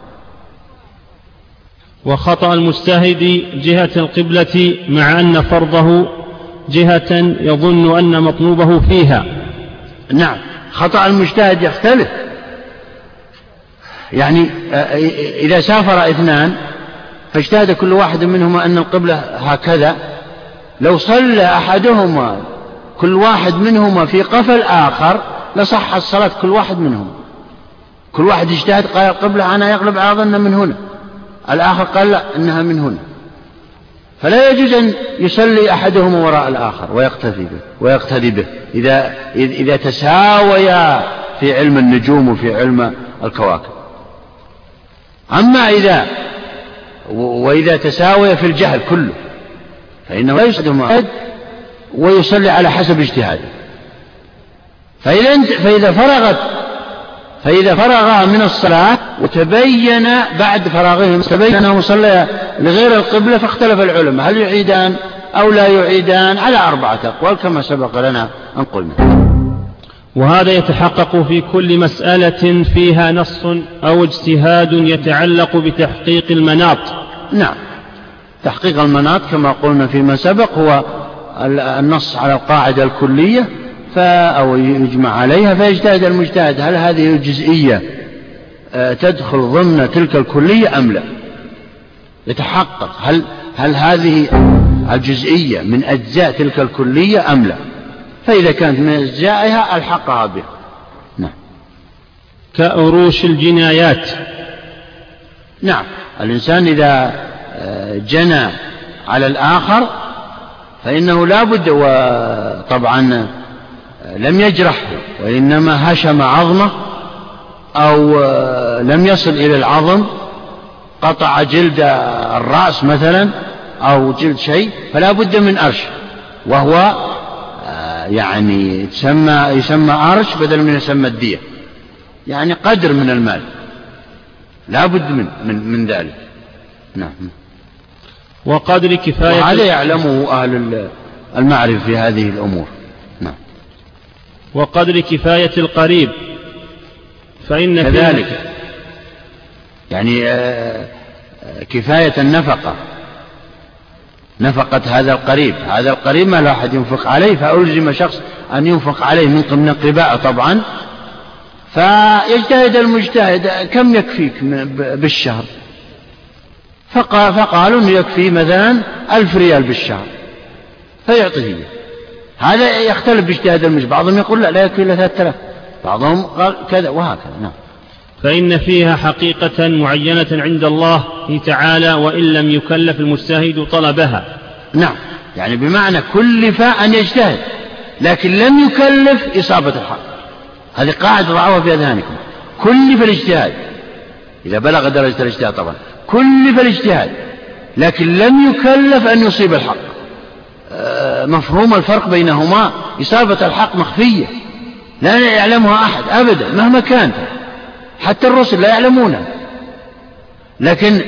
وخطأ المجتهد جهة القبلة مع أن فرضه جهة يظن أن مطلوبه فيها. نعم، خطأ المجتهد يختلف، يعني إذا سافر اثنان فاجتهد كل واحد منهما أن القبلة هكذا، لو صلى أحدهما كل واحد منهما في قفا الآخر لصح الصلاة كل واحد منهم. كل واحد اجتهد قال القبلة أنا يغلب على ظن من هنا، الآخر قال لا إنها من هنا، فلا يجوز أن يصلي أحدهما وراء الآخر ويقتدي به إذا تساويا في علم النجوم وفي علم الكواكب. أما وإذا تساوي في الجهل كله فإنه لا يصلي أحد ويصلي على حسب اجتهاده. فإذا فرغ من الصلاة وتبين بعد فرغهم أنه صلى لغير القبلة فاختلف العلماء هل يعيدان أو لا يعيدان على 4 أقوال كما سبق لنا أن قلنا. وهذا يتحقق في كل مسألة فيها نص أو اجتهاد يتعلق بتحقيق المناط. نعم، تحقيق المناط كما قلنا فيما سبق هو النص على القاعدة الكلية أو يجمع عليها فيجتهد المجتهد هل هذه الجزئية تدخل ضمن تلك الكلية أم لا، يتحقق هل هذه الجزئية من أجزاء تلك الكلية أم لا، فإذا كانت من أجزائها ألحقها بها. نعم. كأروش الجنايات. نعم، الإنسان إذا جنى على الآخر فإنه لا بد، وطبعا لم يجرحه وإنما هشم عظمه أو لم يصل إلى العظم، قطع جلد الرأس مثلا أو جلد شيء، فلا بد من أرش، وهو يعني يسمى أرش بدل من يسمى الدية، يعني قدر من المال لا بد من ذلك. نعم. وقدر كفاية، وهذا يعلمه أهل المعرفة في هذه الأمور. نعم. وقدر كفاية القريب، فإن كذلك يعني كفاية النفقة، نفقة هذا القريب ما لا أحد ينفق عليه، فألزم شخص أن ينفق عليه من ضمن القباء طبعا، فيجتهد المجتهد كم يكفيك بالشهر، فقالوا أنه يكفي مثلا 1000 ريال بالشهر فيعطيه. هذا يختلف باجتهاد المجتهد، بعضهم يقول لا يكفي إلا 3000، بعضهم قال كذا وهكذا. نعم. فإن فيها حقيقة معينة عند الله تعالى وإن لم يكلف المجتهد طلبها. نعم، يعني بمعنى كلف أن يجتهد لكن لم يكلف إصابة الحق. هذه قاعدة ضعوها في أذهانكم، كلف الاجتهاد إذا بلغ درجة الاجتهاد، طبعا كلف الاجتهاد لكن لم يكلف أن يصيب الحق. مفهوم الفرق بينهما، إصابة الحق مخفية لا يعلمها أحد أبدا مهما كانت، حتى الرسل لا يعلمونها، لكن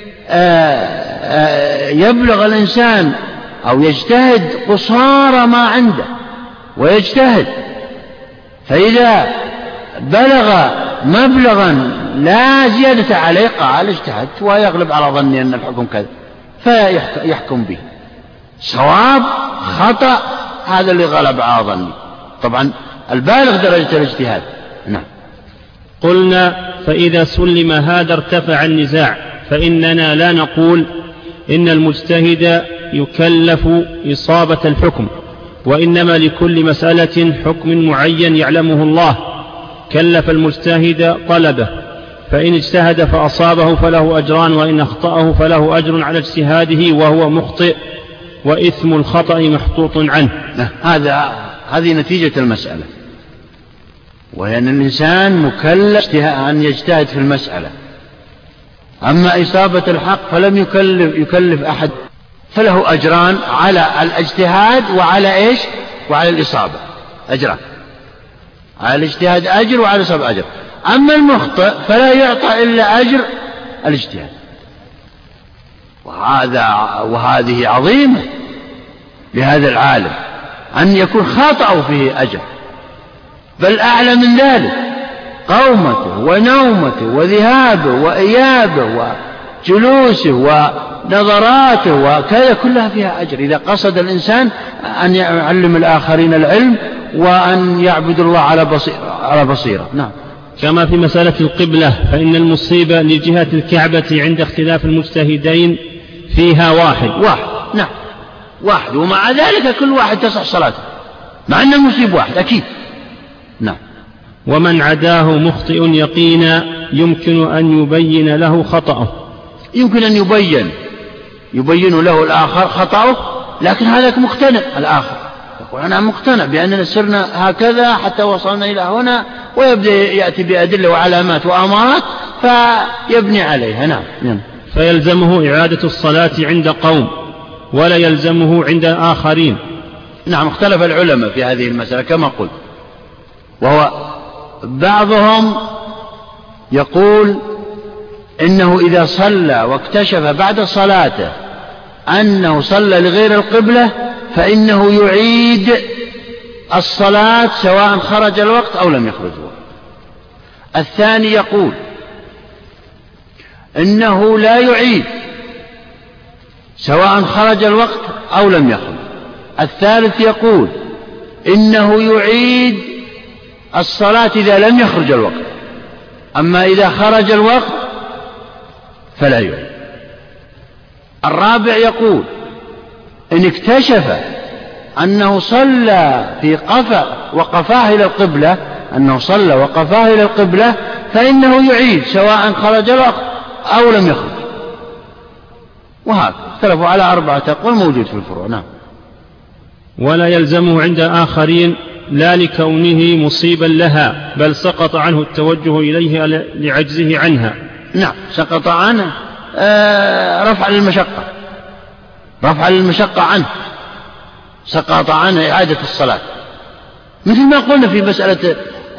يبلغ الإنسان أو يجتهد قصارى ما عنده ويجتهد، فإذا بلغ مبلغا لا زيادة عليه قال اجتهدت ويغلب على ظني أن الحكم كذا فيحكم به، صواب خطأ هذا اللي غلب على ظني، طبعا البالغ درجة الاجتهاد. نعم. قلنا فإذا سلم هذا ارتفع النزاع، فإننا لا نقول إن المجتهد يكلف إصابة الحكم، وإنما لكل مسألة حكم معين يعلمه الله كلف المجتهد طلبه، فإن اجتهد فأصابه فله أجران، وإن أخطأه فله أجر على اجتهاده وهو مخطئ، وإثم الخطأ محطوط عنه. هذه نتيجة المسألة، وهي أن الإنسان مكلف أن يجتهد في المسألة، أما إصابة الحق فلم يكلف أحد، فله أجران على الاجتهاد وعلى إيش؟ وعلى الإصابة أجران، على الاجتهاد أجر وعلى الإصابة أجر. أما المخطئ فلا يعطى إلا أجر الاجتهاد، وهذه عظيمة لهذا العالم أن يكون خطأه فيه أجر، بل أعلى من ذلك قومته ونومته وذهابه وإيابه وجلوسه ونظراته وكذا كلها فيها أجر، إذا قصد الإنسان أن يعلم الآخرين العلم وأن يعبد الله على بصيرة. نعم. كما في مسألة القبلة، فإن المصيبة لجهة الكعبة عند اختلاف المجتهدين فيها واحد. نعم. واحد، ومع ذلك كل واحد تصح صلاته مع أن المصيب واحد أكيد. نعم. ومن عداه مخطئ يقينا يمكن أن يبين له خطأه. يمكن أن يبين له الآخر خطأه، لكن هذاك مقتنع، الآخر يقول أنا مقتنع بأننا سرنا هكذا حتى وصلنا إلى هنا، ويبدأ يأتي بأدلة وعلامات وأمارات فيبني عليها. نعم. فيلزمه إعادة الصلاة عند قوم ولا يلزمه عند آخرين. نعم، اختلف العلماء في هذه المسألة كما قلت، وهو بعضهم يقول إنه إذا صلى واكتشف بعد صلاته أنه صلى لغير القبلة فإنه يعيد الصلاة سواء خرج الوقت أو لم يخرج الوقت. الثاني يقول إنه لا يعيد سواء خرج الوقت أو لم يخرج. الثالث يقول إنه يعيد الصلاة إذا لم يخرج الوقت، أما إذا خرج الوقت فلا يعيد. الرابع يقول إن اكتشف أنه صلى في وقفاه إلى القبلة، أنه صلى وقفاه إلى القبلة فإنه يعيد سواء خرج الوقت أو لم يخرج. وهذا اختلفوا على 4 أقوال موجود في الفروع. نعم. ولا يلزمه عند آخرين لا لكونه مصيبا لها، بل سقط عنه التوجه إليه لعجزه عنها. نعم، سقط عنه رفع للمشقة عنه، سقط عنه إعادة الصلاة، مثل ما قلنا في مسألة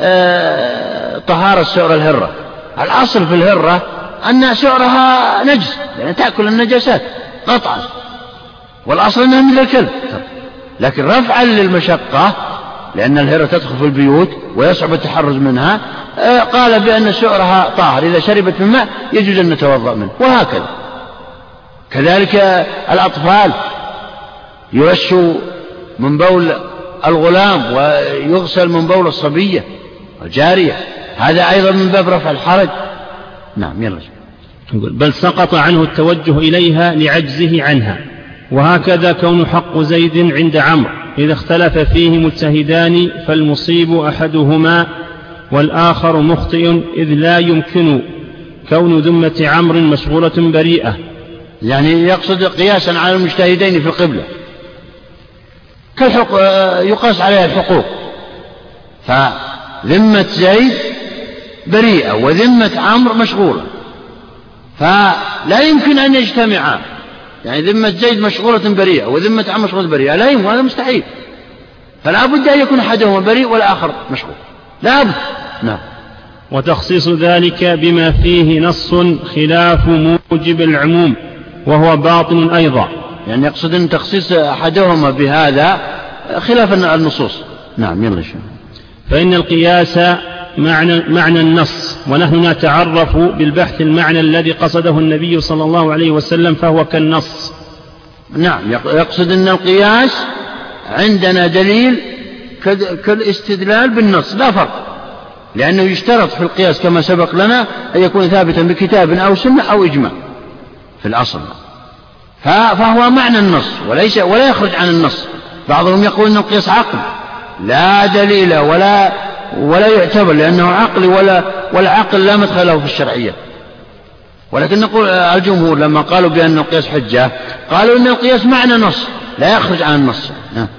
طهارة سؤر الهرة. الأصل في الهرة أن سؤرها نجس، يعني تأكل النجاسات قطعا، والأصل أنها مثل الكلب، لكن رفعا للمشقة لأن الهرة تدخل في البيوت ويصعب التحرز منها، قال بأن سؤرها طاهر، إذا شربت من ماء يجوز أن نتوضأ منه. وهكذا كذلك الأطفال يرش من بول الغلام ويغسل من بول الصبية الجارية، هذا أيضا من باب رفع الحرج. نعم. يلا. بل سقط عنه التوجه إليها لعجزه عنها. وهكذا كون حق زيد عند عمرو إذا اختلف فيه مجتهدان فالمصيب أحدهما والآخر مخطئ، إذ لا يمكن كون ذمة عمرو مشغولة بريئة. يعني يقصد قياسا على المجتهدين في القبلة يقاس عليها الحقوق، فذمة زيد بريئة وذمة عمرو مشغولة، فلا يمكن أن يجتمعا، يعني ذمة زيد مشغولة بريئة وذمة عمرو مشغولة بريئة، لا يمكن، هذا مستحيل، فلا بد أن يكون أحدهما بريء والآخر مشغول، لا بد. نعم. وتخصيص ذلك بما فيه نص خلاف موجب العموم وهو باطل أيضا، يعني يقصد أن تخصيص أحدهما بهذا خلاف النصوص. نعم. يلا. فإن القياس معنى النص، ونحن نتعرف بالبحث المعنى الذي قصده النبي صلى الله عليه وسلم فهو كالنص. نعم، يقصد أن القياس عندنا دليل كالاستدلال بالنص، لا فرق، لأنه يشترط في القياس كما سبق لنا أن يكون ثابتا بكتاب أو سنة أو إجماع في الأصل، فهو معنى النص ولا يخرج عن النص. بعضهم يقول أن القياس عقل لا دليل ولا يعتبر لأنه عقلي، والعقل لا مدخل له في الشرعية، ولكن نقول الجمهور لما قالوا بأن القياس حجة قالوا أن القياس معنى نص لا يخرج عن النص.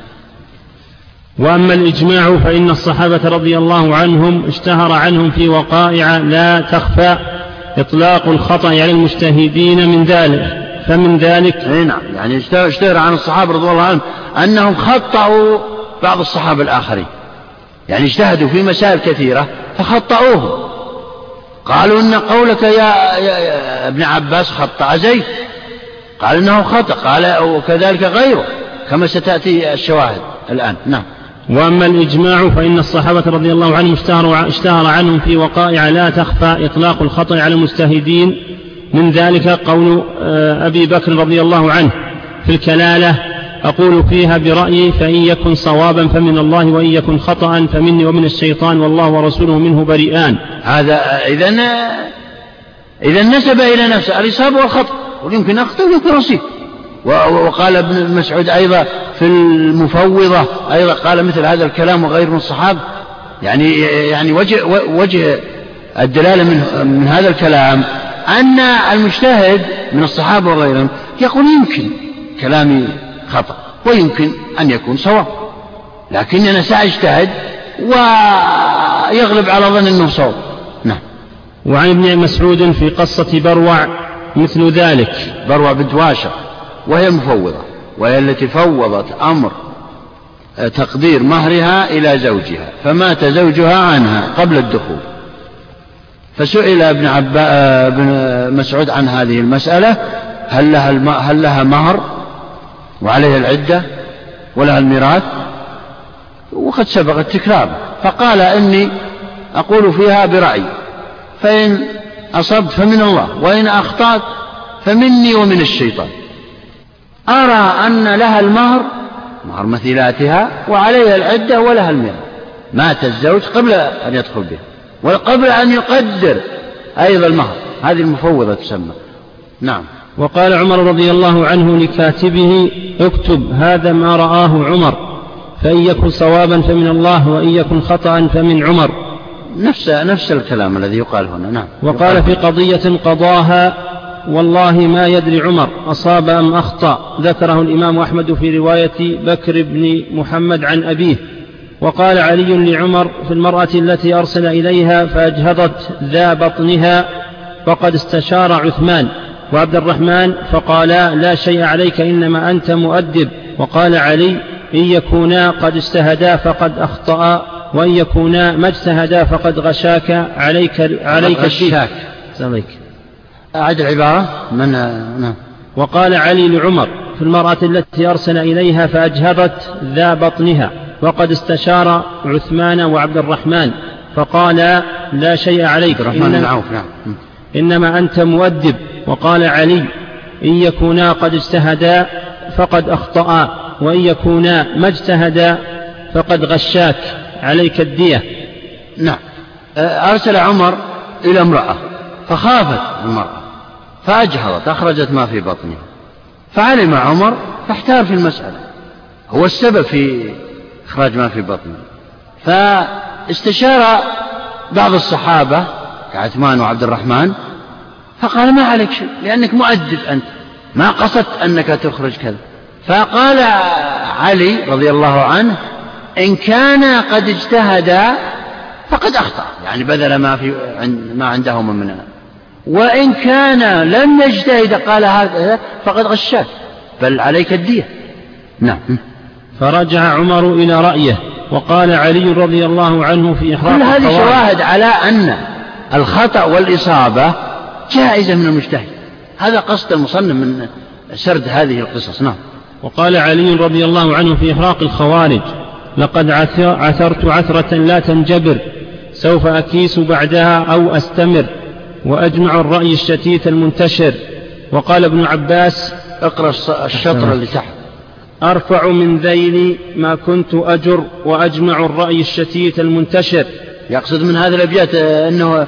وأما الإجماع فإن الصحابة رضي الله عنهم اشتهر عنهم في وقائع لا تخفى إطلاق الخطأ على المجتهدين من ذلك، فمن ذلك نعم، يعني اشتهر عن الصحابة رضي الله عنهم أنهم خطأوا بعض الصحابة الآخرين، يعني اجتهدوا في مسائل كثيرة فخطأوه، قالوا إن قولك يا ابن عباس خطأ زيد، قال إنه خطأ، قال وكذلك غيره كما ستأتي الشواهد الآن. نعم. وأما الإجماع فإن الصحابة رضي الله عنهم اشتهر عنهم في وقائع لا تخفى إطلاق الخطأ على المجتهدين، من ذلك قول أبي بكر رضي الله عنه في الكلالة: أقول فيها برأيي فإن يكن صوابا فمن الله وإن يكن خطأ فمني ومن الشيطان والله ورسوله منه بريئان. هذا إذا نسب إلى نفسه الإصابة والخطأ، ويمكن أخطأ ويمكن أصيب، وقال ابن مسعود أيضا في المفوضة أيضا قال مثل هذا الكلام وغير من الصحابة. يعني وجه الدلالة من هذا الكلام أن المجتهد من الصحابة وغيرهم يقول يمكن كلامي خطأ ويمكن أن يكون صواب، لكن أنا سأجتهد ويغلب على ظن أنه صواب. نعم. وعن ابن مسعود في قصة بروع مثل ذلك. بروع بنت واشق وهي مفوضة، وهي التي فوضت أمر تقدير مهرها إلى زوجها، فمات زوجها عنها قبل الدخول، فسئل ابن مسعود عن هذه المسألة، هل لها مهر وعليها العدة ولها الميراث؟ وقد سبق التكرار، فقال إني أقول فيها برأيي، فإن أصبت فمن الله وإن أخطأت فمني ومن الشيطان. أرى أن لها المهر مهر مثيلاتها وعليها العدة ولها الميراث. مات الزوج قبل أن يدخل بها وقبل أن يقدر أيضا المهر، هذه المفوضة تسمى. نعم. وقال عمر رضي الله عنه لكاتبه: اكتب هذا ما رآه عمر، فإن يكن صوابا فمن الله وإن يكن خطأ فمن عمر. نفس الكلام الذي يقال هنا. نعم. وقال في قضية قضاها: والله ما يدري عمر أصاب أم أخطأ، ذكره الإمام أحمد في رواية بكر بن محمد عن أبيه. وقال علي لعمر في المرأة التي أرسل إليها فأجهضت ذا بطنها فقد استشار عثمان وعبد الرحمن فقالا: لا شيء عليك إنما أنت مؤدب. وقال علي: إن يكونا قد اجتهدا فقد أخطأ، وإن يكونا ما اجتهدا فقد غشاك عليك غشاك. أعد العبارة. نعم. وقال علي لعمر في المرأة التي أرسل إليها فأجهضت ذا بطنها وقد استشار عثمان وعبد الرحمن فقال: لا شيء عليك إنما أنت مؤدب. وقال علي: إن يكونا قد اجتهدا فقد أخطأ، وإن يكونا ما اجتهدا فقد غشاك عليك الدية. نعم. أرسل عمر إلى امرأة فخافت المرأة فأجهضت، أخرجت ما في بطنها، فعلم عمر فاحتار في المسألة، هو السبب في إخراج ما في بطنه، فاستشار بعض الصحابة كعثمان وعبد الرحمن فقال: ما عليك شيء لأنك مؤدب أنت، ما قصدت أنك تخرج كذا. فقال علي رضي الله عنه: إن كان قد اجتهدا فقد أخطأ، يعني بذل ما عندهما من، وإن كان لم يجتهد قال هذا فقد غشاك، بل عليك الدية. نعم. فرجع عمر إلى رأيه. وقال علي رضي الله عنه في إحراق كل هذه شواهد على أن الخطأ والإصابة جائزة من المجتهد، هذا قصد المصنف من سرد هذه القصص. نعم. وقال علي رضي الله عنه في إحراق الخوارج: لقد عثرت عثرة لا تنجبر، سوف أكيس بعدها أو أستمر، وأجمع الرأي الشتيت المنتشر. وقال ابن عباس: اقرأ الشطر اللي تحت: أرفع من ذيل ما كنت أجر، وأجمع الرأي الشتيت المنتشر. يقصد من هذا الأبيات أنه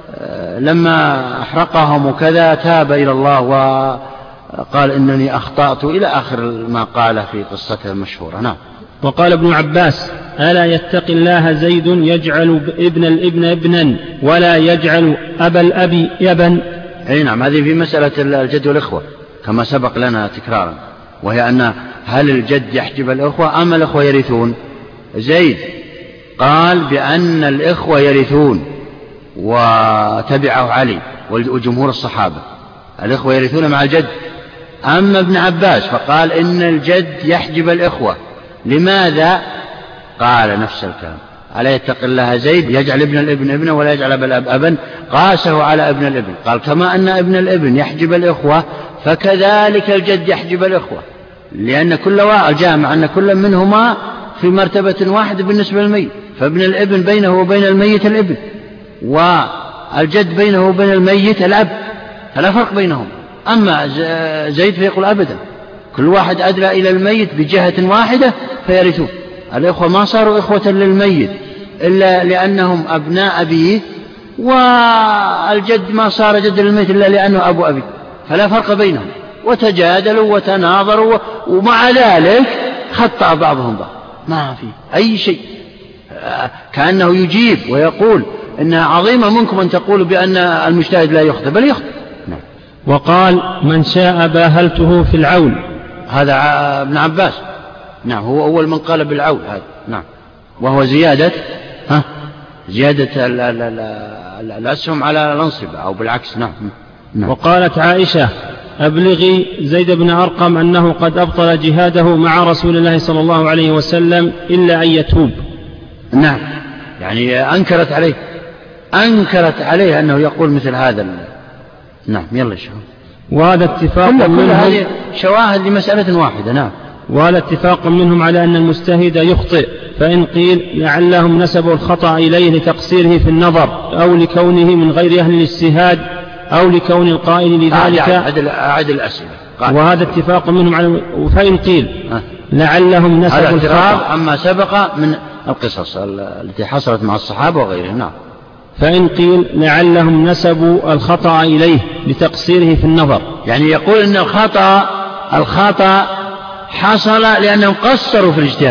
لما أحرقهم وكذا تاب إلى الله وقال: إنني أخطأت، إلى آخر ما قال في قصته المشهورة. نعم. وقال ابن عباس: ألا يتقي الله زيد يجعل ابن الابن ابنا ولا يجعل أبا الأب يبا. أي نعم. هذه في مسألة الجد والإخوة كما سبق لنا تكرارا، وهي أن هل الجد يحجب الإخوة أم الإخوة يرثون؟ زيد قال بأن الإخوة يرثون وتبعه علي وجمهور الصحابة، الإخوة يرثون مع الجد. أما ابن عباس فقال إن الجد يحجب الإخوة. لماذا؟ قال نفس الكلام: ألا يتق الله زيد يجعل ابن الابن ابنا ولا يجعل أبا الأب أبا. قاسه على ابن الابن، قال كما أن ابن الابن يحجب الإخوة فكذلك الجد يحجب الإخوة، لأن كل جامع أن كل منهما في مرتبة واحدة بالنسبة للميت، فابن الابن بينه وبين الميت الابن، والجد بينه وبين الميت الأب، فلا فرق بينهم. أما زيد فيقول أبدا كل واحد أدلى إلى الميت بجهة واحدة فيرثون. الإخوة ما صاروا إخوة للميت إلا لأنهم أبناء أبيه، والجد ما صار جد للميت إلا لأنه أبو أبيه، فلا فرق بينهم. وتجادلوا وتناظروا، ومع ذلك خطأ بعضهم بعض، ما في أي شيء، كأنه يجيب ويقول إنها عظيمة منكم أن تقولوا بأن المجتهد لا يخطئ، بل يخطئ. نعم. وقال: من شاء باهلته في العول. هذا ابن عباس. نعم، هو أول من قال بالعول هذا. نعم، وهو زيادة الأسهم على الأنصبة أو بالعكس. نعم. وقالت عائشة: أبلغي زيد بن أرقم أنه قد أبطل جهاده مع رسول الله صلى الله عليه وسلم إلا أن يتوب. نعم، يعني أنكرت عليه أنه يقول مثل هذا. نعم، يلا شو. وهذا اتفاق كل هذه شواهد لمسألة واحدة. نعم. وهذا اتفاق منهم على أن المجتهد يخطئ، فإن قيل لعلهم نسبوا الخطأ إليه لتقصيره في النظر، أو لكونه من غير أهل الاجتهاد، أو لكون القائل لذلك. أعد الأسئلة. وهذا اتفاق منهم على، فإن قيل لعلهم نسبوا الخطأ عما سبق من القصص التي حصلت مع الصحابة وغيرهم. نعم. فإن قيل لعلهم نسبوا الخطأ إليه لتقصيره في النظر، يعني يقول إن الخطأ حصل لأنهم قصروا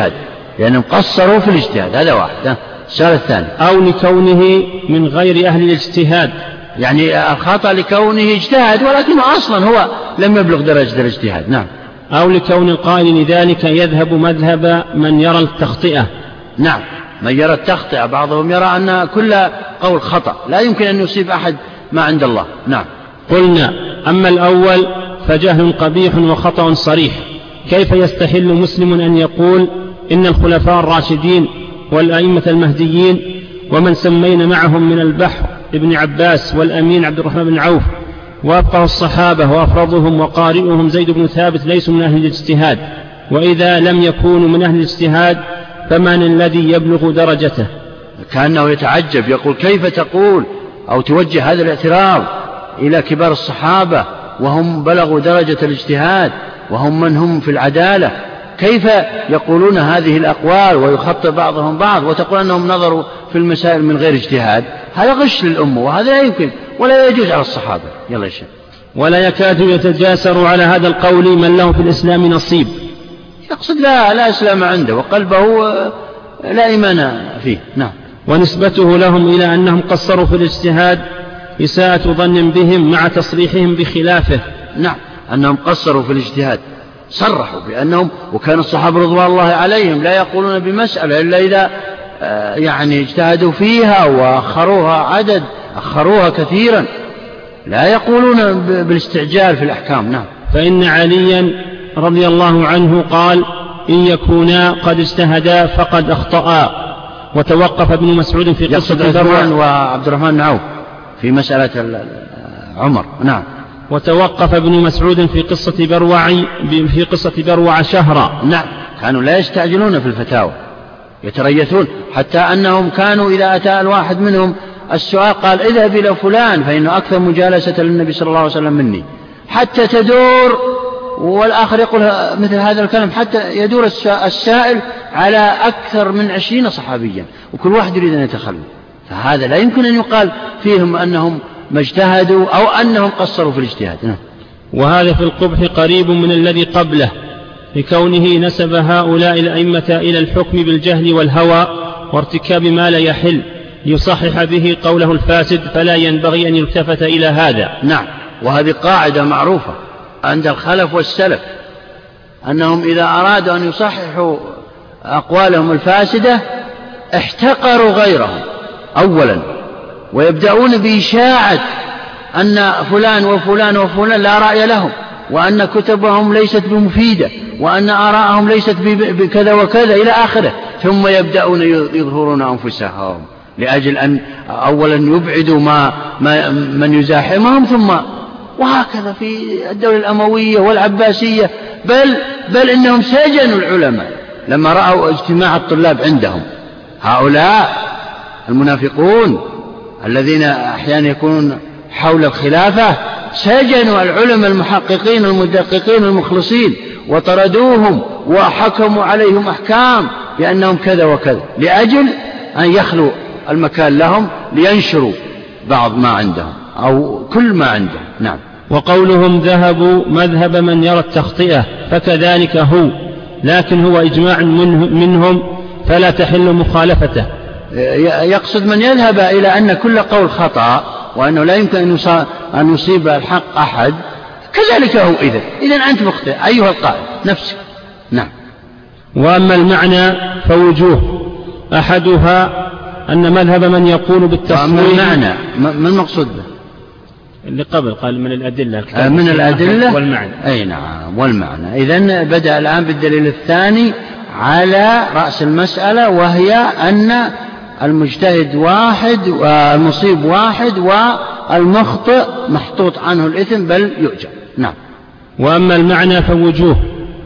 في الاجتهاد، هذا واحد. السؤال الثاني: أو لكونه من غير أهل الاجتهاد، يعني الخطأ لكونه اجتهد ولكنه أصلا هو لم يبلغ درجة الاجتهاد. نعم. أو لكون القائل لذلك يذهب مذهب من يرى التخطئة. نعم، من يرى التخطئة، بعضهم يرى أن كل قول خطأ، لا يمكن أن يصيب أحد ما عند الله. نعم. قلنا: أما الأول فجهل قبيح وخطأ صريح. كيف يستحل مسلم أن يقول إن الخلفاء الراشدين والأئمة المهديين ومن سمينا معهم من البحر ابن عباس والأمين عبد الرحمن بن عوف وأفقه الصحابة وأفرضهم وقارئهم زيد بن ثابت ليسوا من أهل الاجتهاد، وإذا لم يكونوا من أهل الاجتهاد فمن الذي يبلغ درجته؟ كأنه يتعجب، يقول: كيف تقول أو توجه هذا الاعتراض إلى كبار الصحابة وهم بلغوا درجة الاجتهاد وهم من هم في العدالة؟ كيف يقولون هذه الأقوال ويخطئ بعضهم بعض وتقول أنهم نظروا في المسائل من غير اجتهاد؟ هذا غش للأمة، وهذا لا يمكن ولا يجوز على الصحابة. يلا شيء. ولا يكاد يتجاسر على هذا القول من له في الإسلام نصيب. يقصد لا إسلام عنده وقلبه لا إيمان فيه. نعم. ونسبته لهم إلى أنهم قصروا في الاجتهاد إساءة ظن بهم مع تصريحهم بخلافه. نعم، أنهم قصروا في الاجتهاد، صرحوا بأنهم، وكان الصحابة رضوان الله عليهم لا يقولون بمسألة إلا إذا يعني اجتهدوا فيها أخروها كثيرا، لا يقولون بالاستعجال في الأحكام. نعم. فإن عليا رضي الله عنه قال: إن يكونا قد اجتهدا فقد أخطأا. وتوقف ابن مسعود في قصة بروع وعبد الرحمن بن عوف في مسألة عمر. نعم. وتوقف ابن مسعود في قصة بروع شهرا. نعم، كانوا لا يستعجلون في الفتاوى، يتريثون، حتى أنهم كانوا إذا أتى الواحد منهم السؤال قال: اذهب إلى فلان فإنه أكثر مجالسة للنبي صلى الله عليه وسلم مني، حتى تدور، والآخر يقول مثل هذا الكلام، حتى يدور السائل على أكثر من 20 صحابيا وكل واحد يريد أن يتخلف. فهذا لا يمكن أن يقال فيهم أنهم ما اجتهدوا أو أنهم قصروا في الاجتهاد. وهذا في القبح قريب من الذي قبله، لكونه نسب هؤلاء الأئمة إلى الحكم بالجهل والهوى وارتكاب ما لا يحل ليصحح به قوله الفاسد، فلا ينبغي أن يلتفت إلى هذا. نعم، وهذه قاعدة معروفة عند الخلف والسلف، أنهم إذا أرادوا أن يصححوا أقوالهم الفاسدة احتقروا غيرهم أولا، ويبدأون بإشاعة أن فلان وفلان وفلان لا رأي لهم، وأن كتبهم ليست بمفيدة، وأن آراءهم ليست بكذا وكذا إلى آخره، ثم يبدأون يظهرون أنفسهم لأجل أن أولا يبعدوا من يزاحمهم، ثم وهكذا في الدولة الأموية والعباسية، بل إنهم سجنوا العلماء لما رأوا اجتماع الطلاب عندهم. هؤلاء المنافقون الذين أحيانا يكونون حول الخلافة سجنوا العلماء المحققين المدققين المخلصين وطردوهم وحكموا عليهم أحكام بأنهم كذا وكذا، لأجل أن يخلوا المكان لهم لينشروا بعض ما عندهم أو كل ما عندهم. نعم. وقولهم ذهبوا مذهب من يرى التخطئة فكذلك هو، لكن هو إجماع منهم فلا تحل مخالفته. يقصد من يذهب إلى أن كل قول خطأ وأنه لا يمكن أن يصيب الحق أحد، كذلك هو. إذن أنت مخطئ أيها القائل نفسك. نعم. وأما المعنى فوجوه، أحدها أن مذهب من يقول بالتصوير. المعنى ما المقصود به؟ اللي قبل قال من الأدلة، من الأدلة والمعنى. أي نعم، والمعنى. إذن بدأ الآن بالدليل الثاني على رأس المسألة، وهي أن المجتهد واحد والمصيب واحد والمخطئ محطوط عنه الإثم بل يؤجر. نعم. وأما المعنى فوجوه،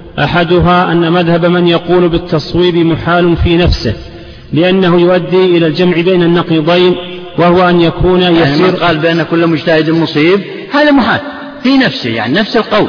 أحدها أن مذهب من يقول بالتصويب محال في نفسه، لأنه يؤدي إلى الجمع بين النقيضين، وهو أن يكون يسير. يعني من قال بأن كل مجتهد مصيب هذا محال في نفسه، يعني نفس القول.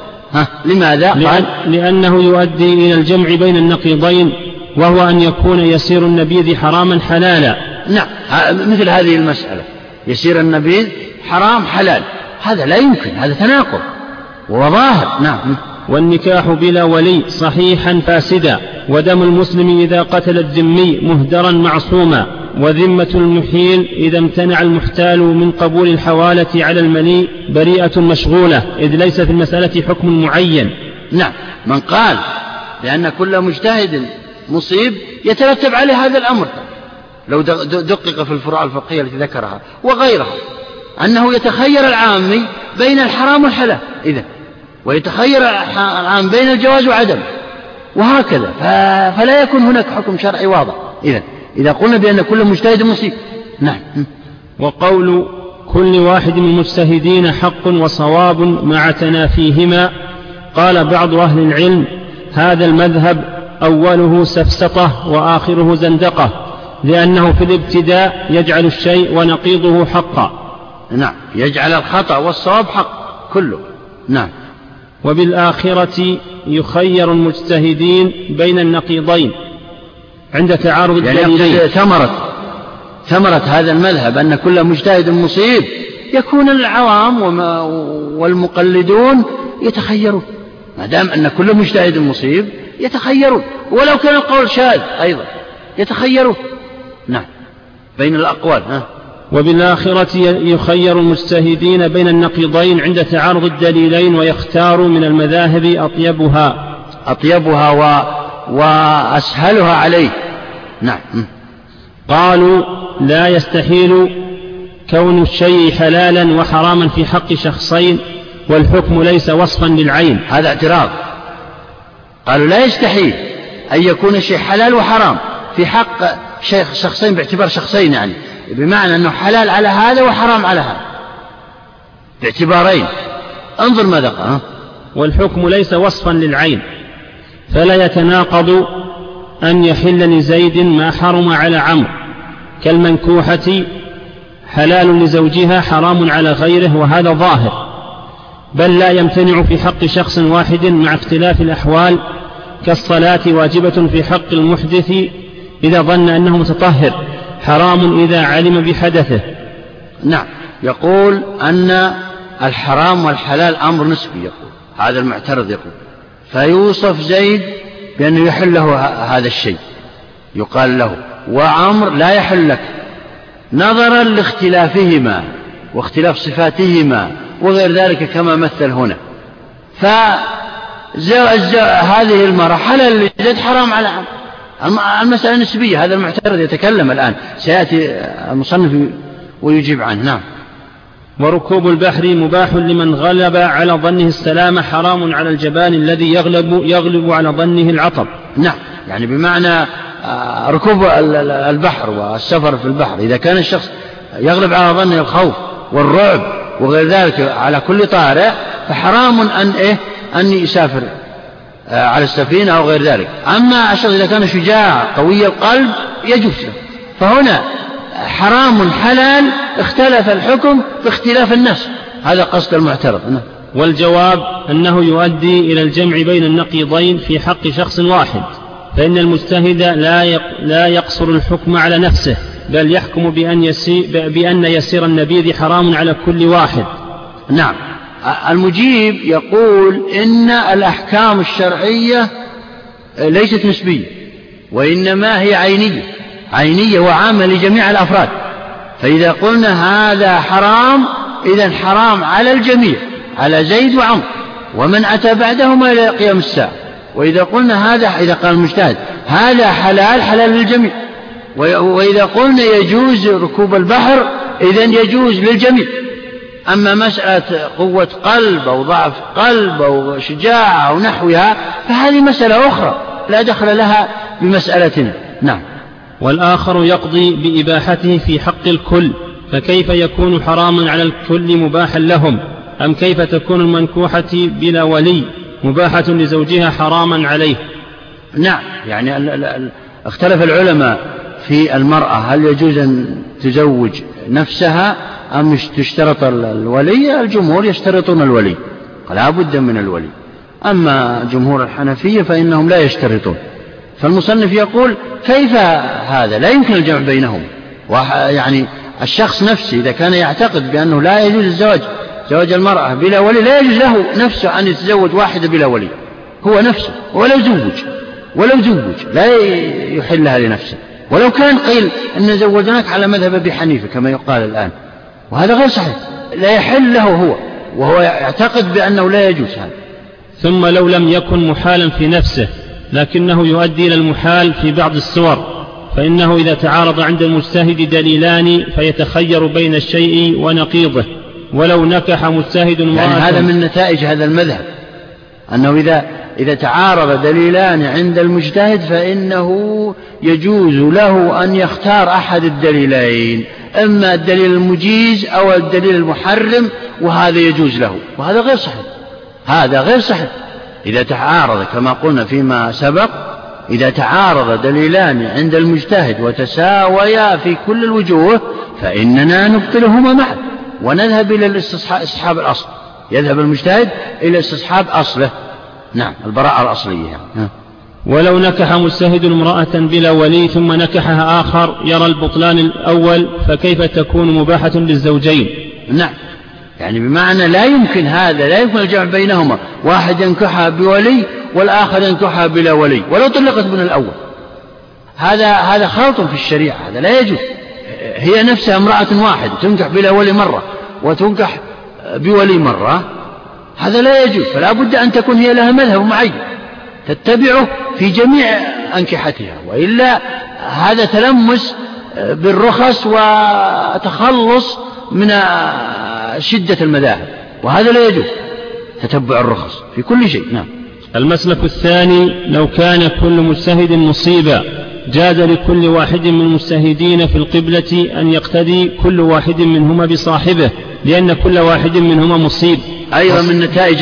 لماذا؟ قال لأنه يؤدي إلى الجمع بين النقيضين، وهو أن يكون يسير النبيذ حراما حلالا. نعم، مثل هذه المسألة يسير النبيذ حرام حلال، هذا لا يمكن، هذا تناقض وظاهر. نعم. والنكاح بلا ولي صحيحا فاسدا، ودم المسلم إذا قتل الذمي مهدرا معصوما، وذمة المحيل إذا امتنع المحتال من قبول الحوالة على المليء بريئة مشغولة، إذ ليس في المسألة حكم معين. نعم. من قال لأن كل مجتهد مصيب يترتب عليه هذا الأمر، لو دقق في الفروع الفقهية التي ذكرها وغيرها، أنه يتخير العامي بين الحرام والحلال، ويتخير العام بين الجواز وعدم، وهكذا، فلا يكون هناك حكم شرعي واضح. إذا قلنا بأن كل مجتهد مصيب. نعم. وقول كل واحد من المجتهدين حق وصواب مع تنافيهما، قال بعض أهل العلم هذا المذهب أوله سفسطة وآخره زندقة، لأنه في الابتداء يجعل الشيء ونقيضه حقا. نعم، يجعل الخطأ والصواب حق كله. نعم. وبالآخرة يخير المجتهدين بين النقيضين عند تعارض الدليلين. يعني ثمرة هذا المذهب أن كل مجتهد مصيب، يكون العوام والمقلدون يتخيرون، ما دام أن كل مجتهد مصيب يتخيرون، ولو كان القول شاذ أيضا يتخيرون. نعم، بين الأقوال. وبالآخرة يخير المجتهدين بين النقيضين عند تعارض الدليلين، ويختار من المذاهب أطيبها وأسهلها عليه. نعم. قالوا لا يستحيل كون الشيء حلالا وحراما في حق شخصين، والحكم ليس وصفا للعين. هذا اعتراض. قالوا لا يستحيل أن يكون الشيء حلال وحرام في حق شخصين، باعتبار شخصين، يعني بمعنى أنه حلال على هذا وحرام على هذا، باعتبارين. انظر ماذا قال. والحكم ليس وصفا للعين، فلا يتناقض أن يحل لزيد ما حرم على عمرو، كالمنكوحة حلال لزوجها حرام على غيره، وهذا ظاهر. بل لا يمتنع في حق شخص واحد مع اختلاف الأحوال، كالصلاة واجبة في حق المحدث إذا ظن أنه متطهر، حرام إذا علم بحدثه. نعم. يقول أن الحرام والحلال أمر نسبي، يقول هذا المعترض، يقول فيوصف زيد بأنه يحل له هذا الشيء، يقال له وعمر لا يحل لك، نظرا لاختلافهما واختلاف صفاتهما وغير ذلك كما مثل هنا. هذه المرأة حلال لزيد حرام على عمر. المسألة نسبية. هذا المعترض يتكلم الآن، سيأتي المصنف ويجيب عنه. نعم. وركوب البحر مباح لمن غلب على ظنه السلامة، حرام على الجبان الذي يغلب على ظنه العطب. نعم، يعني بمعنى ركوب البحر والسفر في البحر، إذا كان الشخص يغلب على ظنه الخوف والرعب وغير ذلك على كل طارئ، فحرام أن يسافر على السفينة أو غير ذلك. أما الشخص إذا كان شجاع قوي القلب يجوز له. فهنا حرام حلال، اختلف الحكم باختلاف النص، هذا قصد المعترض. والجواب أنه يؤدي إلى الجمع بين النقيضين في حق شخص واحد، فإن المجتهد لا يقصر الحكم على نفسه، بل يحكم بأن يسير النبيذ حرام على كل واحد. نعم، المجيب يقول إن الأحكام الشرعية ليست نسبية، وإنما هي عينية وعامة لجميع الأفراد. فإذا قلنا هذا حرام إذن حرام على الجميع، على زيد وعمر ومن أتى بعدهما إلى قيام الساعة. وإذا قلنا هذا، إذا قال المجتهد هذا حلال للجميع. وإذا قلنا يجوز ركوب البحر إذن يجوز للجميع. أما مسألة قوة قلب أو ضعف قلب أو شجاعة أو نحوها فهذه مسألة أخرى لا دخل لها بمسألتنا. نعم. والآخر يقضي بإباحته في حق الكل، فكيف يكون حراما على الكل مباحا لهم؟ أم كيف تكون المنكوحة بلا ولي مباحة لزوجها حراما عليه؟ نعم، يعني اختلف العلماء في المرأة هل يجوز أن تزوج نفسها أم تشترط الولي. الجمهور يشترطون الولي، لا بد من الولي. أما جمهور الحنفية فإنهم لا يشترطون. فالمصنف يقول كيف هذا؟ لا يمكن الجمع بينهم. يعني الشخص نفسه إذا كان يعتقد بأنه لا يجوز زواج المرأة بلا ولي، لا يجوز له نفسه أن يتزوج واحدة بلا ولي. هو نفسه ولو زوج لا يحلها لنفسه، ولو كان قيل أن زوجناك على مذهب أبي حنيفة كما يقال الآن، وهذا غير صحيح. لا يحل له وهو يعتقد بأنه لا يجوز هذا. ثم لو لم يكن محالا في نفسه لكنه يؤدي إلى المحال في بعض الصور، فإنه إذا تعارض عند المجتهد دليلان فيتخير بين الشيء ونقيضه. ولو نكح مجتهد امرأة، يعني هذا من نتائج هذا المذهب، أنه إذا تعارض دليلان عند المجتهد فإنه يجوز له أن يختار أحد الدليلين، إما الدليل المجيز أو الدليل المحرم، وهذا يجوز له. وهذا غير صحيح. إذا تعارض كما قلنا فيما سبق، إذا تعارض دليلان عند المجتهد وتساويا في كل الوجوه فإننا نبطلهما معا ونذهب إلى استصحاب الأصل. يذهب المجتهد إلى استصحاب أصله. نعم، البراءة الأصلية يعني. ولو نكح مجتهد امرأة بلا ولي ثم نكحها آخر يرى البطلان الأول، فكيف تكون مباحة للزوجين؟ نعم، يعني بمعنى لا يمكن الجمع بينهما، واحد ينكحها بولي والآخر ينكحها بلا ولي ولو طلقت من الأول. هذا خلط في الشريعة، هذا لا يجوز. هي نفسها امرأة واحدة تنكح بلا ولي مرة وتنكح بولي مرة، هذا لا يجوز. فلا بد أن تكون هي لها مذهب معين تتبعه في جميع أنكحتها، وإلا هذا تلمس بالرخص وتخلص من شدة المذاهب، وهذا لا يجوز تتبع الرخص في كل شيء. نعم. المسلك الثاني: لو كان كل مجتهد مصيبا جاز لكل واحد من المجتهدين في القبلة أن يقتدي كل واحد منهما بصاحبه، لأن كل واحد منهما مصيب. أيضا من نتائج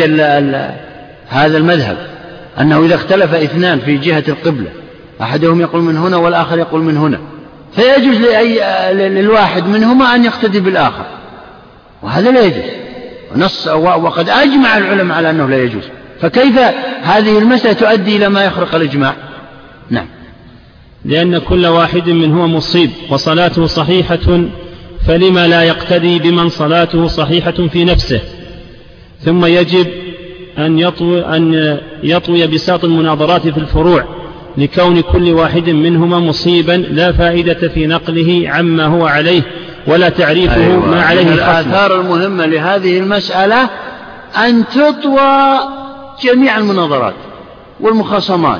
هذا المذهب أنه إذا اختلف اثنان في جهة القبلة، أحدهم يقول من هنا والآخر يقول من هنا، فيجوز للواحد منهما أن يقتدي بالآخر، وهذا لا يجوز. وقد أجمع العلماء على أنه لا يجوز. فكيف هذه المسألة تؤدي إلى ما يخرق الإجماع؟ نعم. لأن كل واحد منهما مصيب وصلاته صحيحة، فلما لا يقتدي بمن صلاته صحيحة في نفسه؟ ثم يجب أن يطوي بساط المناظرات في الفروع، لكون كل واحد منهما مصيبا لا فائدة في نقله عما هو عليه ولا تعريفه ما عليه الخصم. الآثار المهمة لهذه المسألة أن تطوى جميع المناظرات والمخاصمات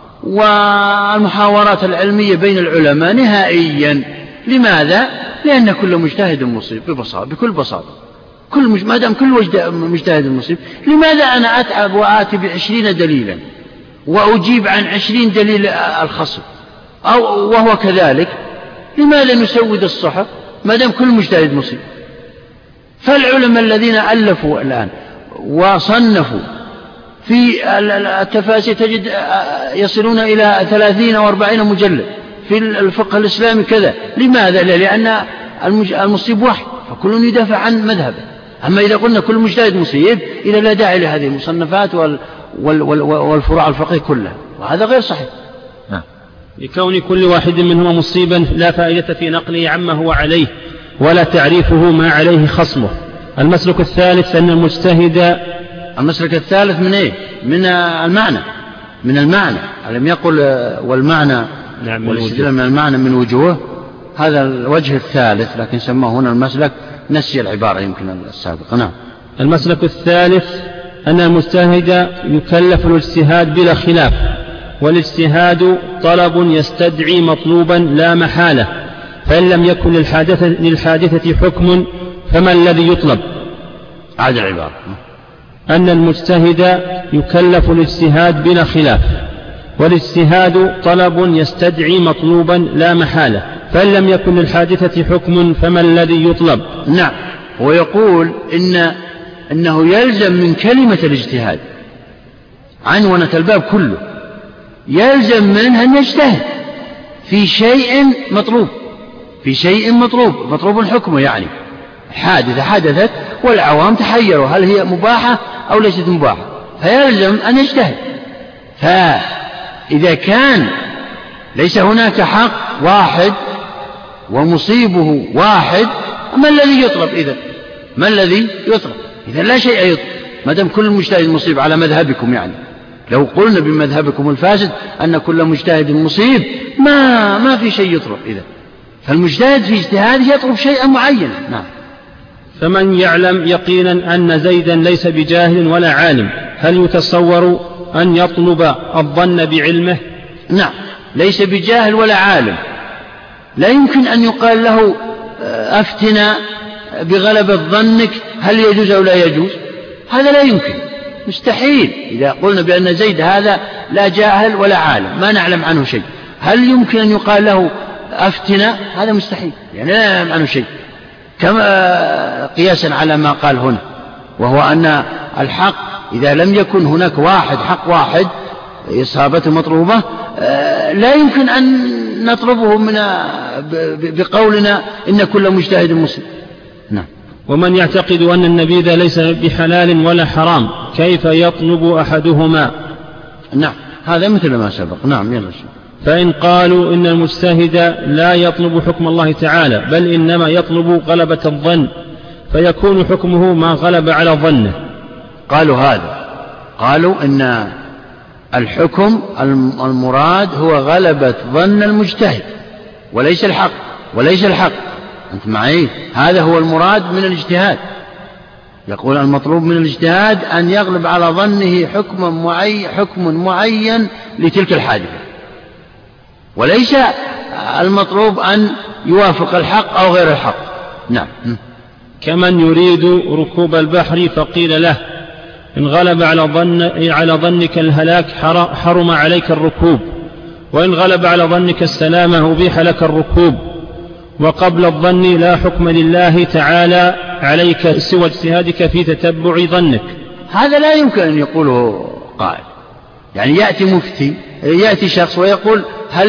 والمحاورات العلمية بين العلماء نهائيا. لماذا؟ لأن كل مجتهد مصيب بكل بساطة. ما دام كل مجتهد مصيب، لماذا أنا أتعب وآتي ب20 دليلا وأجيب عن 20 دليل الخصم وهو كذلك؟ لماذا نسود الصحف ما دام كل مجتهد مصيب؟ فالعلماء الذين ألفوا الآن وصنفوا في التفاسير تجد يصلون إلى 30 و40 مجلد في الفقه الإسلامي كذا. لماذا؟ لأن المصيب واحد فكل يدافع عن مذهبه. أما إذا قلنا كل مجتهد مصيب، إذا لا داعي لهذه المصنفات والفروع الفقهية كلها، وهذا غير صحيح. لكون كل واحد منهما مصيبا لا فائدة في نقله عما هو عليه ولا تعريفه ما عليه خصمه. المسلك الثالث أن المجتهد. المسلك الثالث من إيه؟ من المعنى، من المعنى. ألم يقل والمعنى؟ نعم، والاستدلال من المعنى من وجوه، هذا الوجه الثالث، لكن سماه هنا المسلك، نسي العبارة يمكن السابقة. نعم. المسلك الثالث أن المجتهد يكلف الاجتهاد بلا خلاف، والاجتهاد طلب يستدعي مطلوبا لا محالة، فإن لم يكن للحادثة حكم فما الذي يطلب؟ عاد العبارة. أن المجتهد يكلف الاجتهاد بلا خلاف، والاجتهاد طلب يستدعي مطلوبا لا محالة، فإن لم يكن للحادثة حكم فما الذي يطلب؟ نعم. ويقول إنه يلزم من كلمة الاجتهاد، عنونة الباب كله، يلزم منه أن يجتهد في شيء مطلوب، في شيء مطلوب حكمه، يعني حادثة حدثت والعوام تحيروا هل هي مباحة أو ليست مباحة، فيلزم أن يجتهد. فإذا كان ليس هناك حق واحد ومصيبه واحد، ما الذي يطلب إذن؟ ما الذي يطلب؟ إذن لا شيء يطلب، ما دام كل مجتهد مصيب على مذهبكم. يعني لو قلنا بمذهبكم الفاسد أن كل مجتهد مصيب ما في شيء يطلب إذن. فالمجتهد في اجتهاده يطلب شيئا معينا. نعم. فمن يعلم يقينا أن زيدا ليس بجاهل ولا عالم، هل يتصور أن يطلب الظن بعلمه؟ نعم، ليس بجاهل ولا عالم، لا يمكن أن يقال له أفتنا بغلبة ظنك هل يجوز أو لا يجوز، هذا لا يمكن، مستحيل. إذا قلنا بأن زيد هذا لا جاهل ولا عالم، ما نعلم عنه شيء، هل يمكن أن يقال له أفتنا؟ هذا مستحيل، يعني لا نعلم عنه شيء. كما قياسا على ما قال هنا، وهو أن الحق إذا لم يكن هناك حق واحد إصابته مطلوبة، لا يمكن أن نطلبه بقولنا إن كل مجتهد مسلم. نعم. ومن يعتقد أن النبيذ ليس بحلال ولا حرام، كيف يطلب أحدهما؟ نعم، هذا مثل ما سبق. نعم، يلا. فإن قالوا إن المجتهد لا يطلب حكم الله تعالى، بل إنما يطلب غلبة الظن، فيكون حكمه ما غلب على ظنه. قالوا إن الحكم المراد هو غلبة ظن المجتهد وليس الحق. أنت معي؟ هذا هو المراد من الاجتهاد. يقول المطلوب من الاجتهاد أن يغلب على ظنه حكم معين لتلك الحادثة، وليس المطلوب أن يوافق الحق أو غير الحق. نعم. كمن يريد ركوب البحر فقيل له إن غلب على ظنك الهلاك حرم عليك الركوب، وإن غلب على ظنك السلامة أبيح لك الركوب، وقبل الظن لا حكم لله تعالى عليك سوى اجتهادك في تتبع ظنك. هذا لا يمكن أن يقوله قائل. يعني يأتي شخص ويقول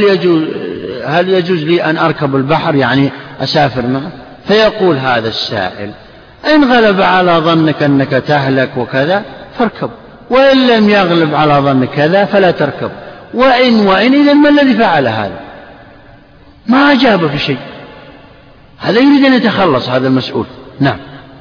هل يجوز لي أن أركب البحر، يعني أسافر معه، فيقول هذا السائل إن غلب على ظنك أنك تهلك وكذا فاركب، وإن لم يغلب على ظنك كذا فلا تركب، وإن إذن ما الذي فعل هذا؟ ما أجاب في شيء. هذا يريد أن يتخلص هذا المسؤول. نعم.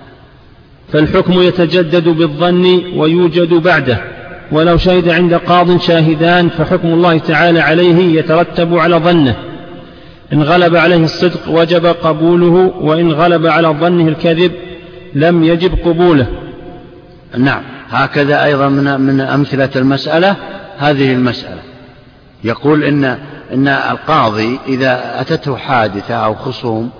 فالحكم يتجدد بالظن ويوجد بعده، ولو شهد عند قاض شاهدان فحكم الله تعالى عليه يترتب على ظنه، إن غلب عليه الصدق وجب قبوله، وإن غلب على ظنه الكذب لم يجب قبوله. نعم. هكذا أيضا من أمثلة المسألة هذه المسألة. يقول إن القاضي إذا أتته حادثة أو خصوم،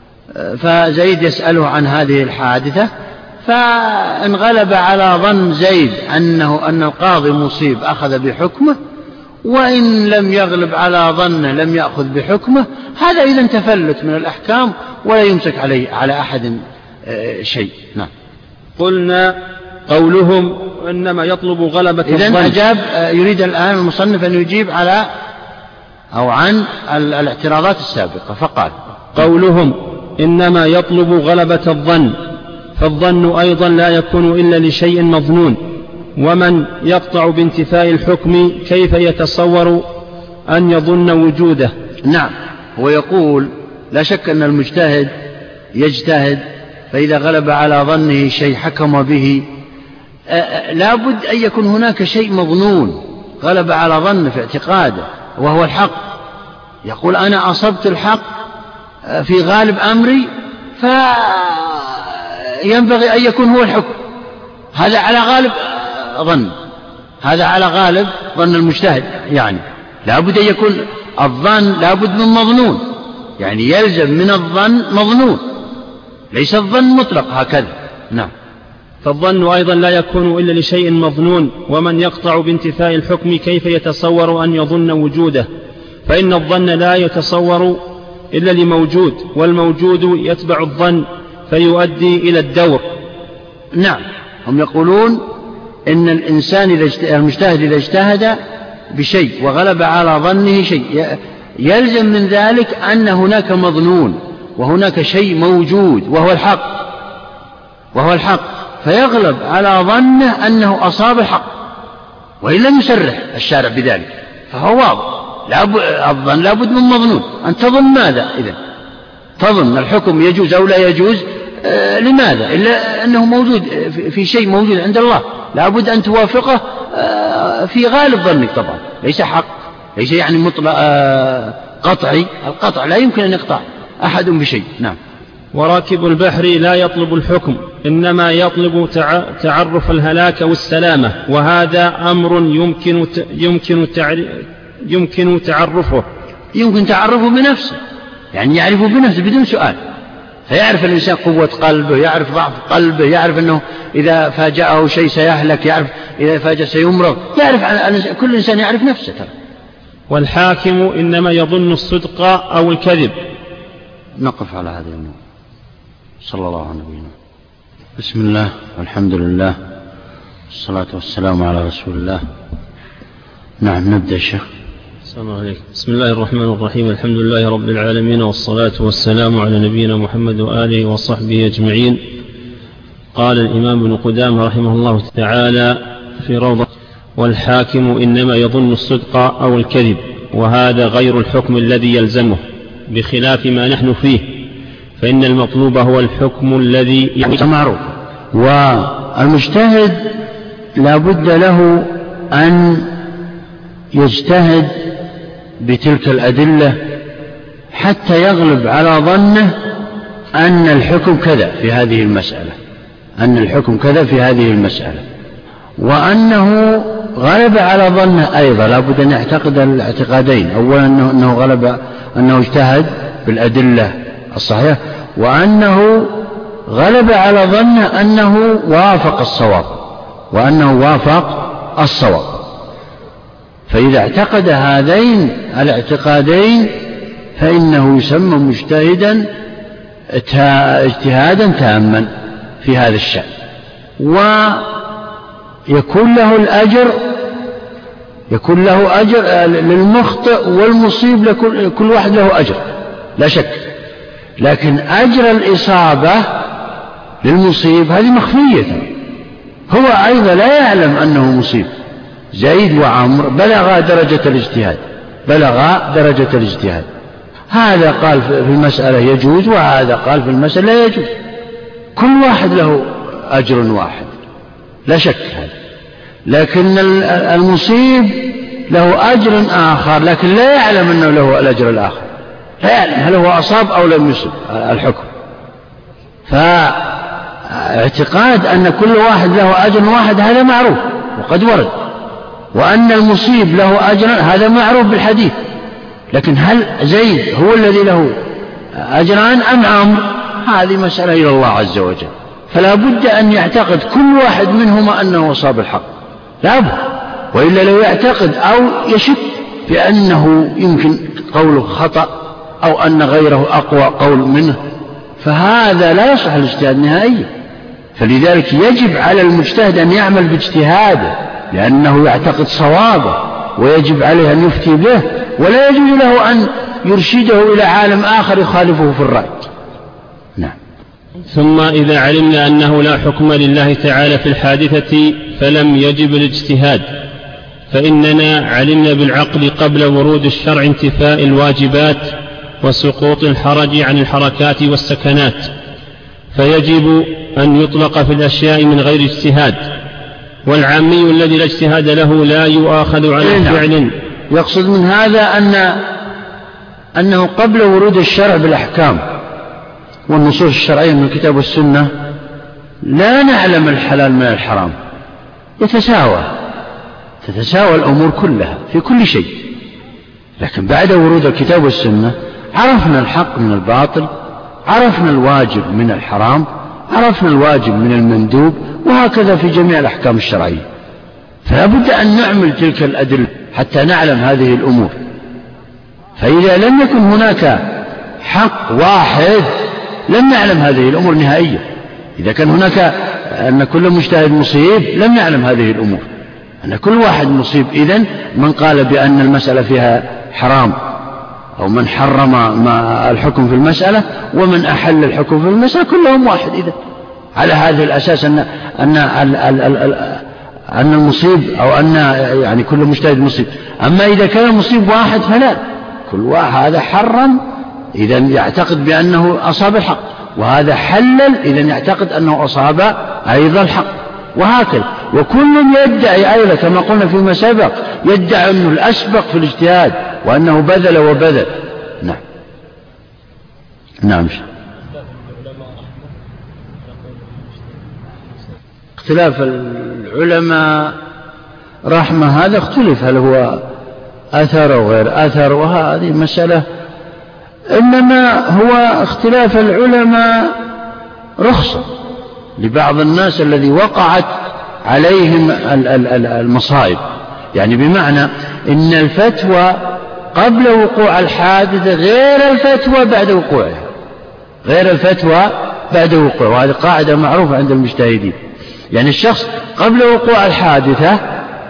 فزيد يسأله عن هذه الحادثة، فإن غلب على ظن زيد أن القاضي مصيب أخذ بحكمه، وإن لم يغلب على ظنه لم يأخذ بحكمه. هذا إذن تفلت من الأحكام ولا يمسك على أحد شيء. نعم. قلنا قولهم إنما يطلب غلبة الظن. إذن أجاب، يريد الآن المصنف أن يجيب على أو عن الاعتراضات السابقة، فقال قولهم إنما يطلب غلبة الظن، فالظن أيضا لا يكون إلا لشيء مظنون، ومن يقطع بانتفاء الحكم كيف يتصور أن يظن وجوده؟ نعم. هو يقول لا شك أن المجتهد يجتهد فإذا غلب على ظنه شيء حكم به، لا بد أن يكون هناك شيء مظنون غلب على ظنه في اعتقاده وهو الحق، يقول أنا أصبت الحق في غالب أمري فينبغي أن يكون هو الحكم. هذا على غالب ظن، هذا على غالب ظن المجتهد، يعني لا بد أن يكون الظن لا بد من مظنون، يعني يلزم من الظن مظنون، ليس الظن مطلق هكذا. نعم. فالظن أيضا لا يكون إلا لشيء مظنون، ومن يقطع بانتفاء الحكم كيف يتصور أن يظن وجوده؟ فإن الظن لا يتصور إلا لموجود، والموجود يتبع الظن فيؤدي إلى الدور. نعم، هم يقولون إن الإنسان المجتهد إذا اجتهد بشيء وغلب على ظنه شيء يلزم من ذلك أن هناك مظنون وهناك شيء موجود وهو الحق فيغلب على ظنه أنه أصاب الحق، وإن لم يسرح الشارع بذلك فهو واضح. الظن لا بد من مظنون. أن تظن ماذا إذن؟ تظن الحكم يجوز أو لا يجوز، لماذا؟ إلا أنه موجود في شيء موجود عند الله، لا بد أن توافقه في غالب ظنك طبعا، ليس حق، ليس يعني مطلق قطعي. القطع لا يمكن أن يقطع أحد بشيء. نعم. وراكب البحر لا يطلب الحكم، إنما يطلب تعرف الهلاك والسلامة، وهذا أمر يمكن تعرفه بنفسه، يعني يعرف بنفسه بدون سؤال، فيعرف الإنسان قوة قلبه، يعرف ضعف قلبه، يعرف أنه إذا فاجأه شيء سيهلك، يعرف إذا فاجأ سيمرض، يعرف كل إنسان يعرف نفسه. والحاكم إنما يظن الصدق أو الكذب. نقف على هذا النوع. صلى الله عليه وسلم. بسم الله والحمد لله والصلاة والسلام على رسول الله. نعم، نبدأ الشيخ. السلام عليكم. بسم الله الرحمن الرحيم، الحمد لله رب العالمين، والصلاة والسلام على نبينا محمد وآله وصحبه أجمعين. قال الإمام ابن قدامة رحمه الله تعالى في روضة: والحاكم إنما يظن الصدق أو الكذب، وهذا غير الحكم الذي يلزمه، بخلاف ما نحن فيه، فإن المطلوب هو الحكم الذي معروف. والمجتهد لا بد له أن يجتهد بتلك الأدلة حتى يغلب على ظنه أن الحكم كذا في هذه المسألة، وأنه غلب على ظنه أيضا لا بد أن يعتقد الاعتقادين: أولا أنه اجتهد بالأدلة الصحيحة، وأنه غلب على ظنه أنه وافق الصواب. فإذا اعتقد هذين الاعتقادين فإنه يسمى مجتهدا اجتهادا تاما في هذا الشأن، ويكون له أجر للمخطئ والمصيب، كل واحد له أجر لا شك، لكن أجر الإصابة للمصيب هذه مخفية، هو أيضا لا يعلم أنه مصيب. زيد وعمر بلغا درجة الاجتهاد، هذا قال في المسألة يجوز وهذا قال في المسألة لا يجوز، كل واحد له أجر واحد لا شك هذا، لكن المصيب له أجر آخر، لكن لا يعلم أنه له الأجر الآخر، لا يعلم هل هو أصاب أو لم يصب الحكم. فاعتقاد أن كل واحد له أجر واحد هذا معروف وقد ورد، وأن المصيب له أجر هذا معروف بالحديث، لكن هل زيد هو الذي له أجران أم عمرو؟ هذه مسألة إلى الله عز وجل، فلا بد أن يعتقد كل واحد منهما أنه أصاب الحق، لا بد، وإلا لو يعتقد أو يشك بأنه يمكن قوله خطأ أو أن غيره أقوى قول منه، فهذا لا يصح الاجتهاد نهائيا. فلذلك يجب على المجتهد أن يعمل باجتهاده، لأنه يعتقد صوابه ويجب عليه أن يفتي به، ولا يجوز له أن يرشده إلى عالم آخر يخالفه في الرأي. نعم. ثم إذا علمنا أنه لا حكم لله تعالى في الحادثة فلم يجب الاجتهاد، فإننا علمنا بالعقل قبل ورود الشرع انتفاء الواجبات وسقوط الحرج عن الحركات والسكنات، فيجب أن يطلق في الأشياء من غير اجتهاد، والعامي الذي لا اجتهاد له لا يؤاخذ على فعل. يقصد من هذا أنه قبل ورود الشرع بالأحكام والنصوص الشرعية من الكتاب والسنة لا نعلم الحلال من الحرام، تتساوى الأمور كلها في كل شيء. لكن بعد ورود الكتاب والسنة عرفنا الحق من الباطل، عرفنا الواجب من الحرام، عرفنا الواجب من المندوب، وهكذا في جميع الأحكام الشرعية. فلا بد أن نعمل تلك الأدلة حتى نعلم هذه الأمور. فإذا لم يكن هناك حق واحد لم نعلم هذه الأمور نهائيا. إذا كان هناك أن كل مجتهد مصيب لم نعلم هذه الأمور، أن كل واحد مصيب. إذن من قال بأن المسألة فيها حرام أو من حرم الحكم في المسألة ومن أحل الحكم في المسألة كلهم واحد. إذن على هذا الأساس أن المصيب أو أن يعني كل مجتهد مصيب. أما إذا كان المصيب واحد فلا، كل واحد هذا حرم إذن يعتقد بأنه أصاب الحق، وهذا حلل إذن يعتقد أنه أصاب أيضا الحق، وهكذا. وكل يدعي أيضا كما قلنا فيما سبق يدعي أنه الأسبق في الاجتهاد وأنه بذل وبذل. نعم. اختلاف العلماء رحمة، هذا اختلف هل هو أثر أو غير أثر، وهذه مسألة. إنما هو اختلاف العلماء رخصة لبعض الناس الذي وقعت عليهم المصائب، يعني بمعنى إن الفتوى قبل وقوع الحادثة غير الفتوى بعد وقوعها، غير الفتوى بعد وقوعها، وهذه قاعدة معروفة عند المجتهدين. يعني الشخص قبل وقوع الحادثة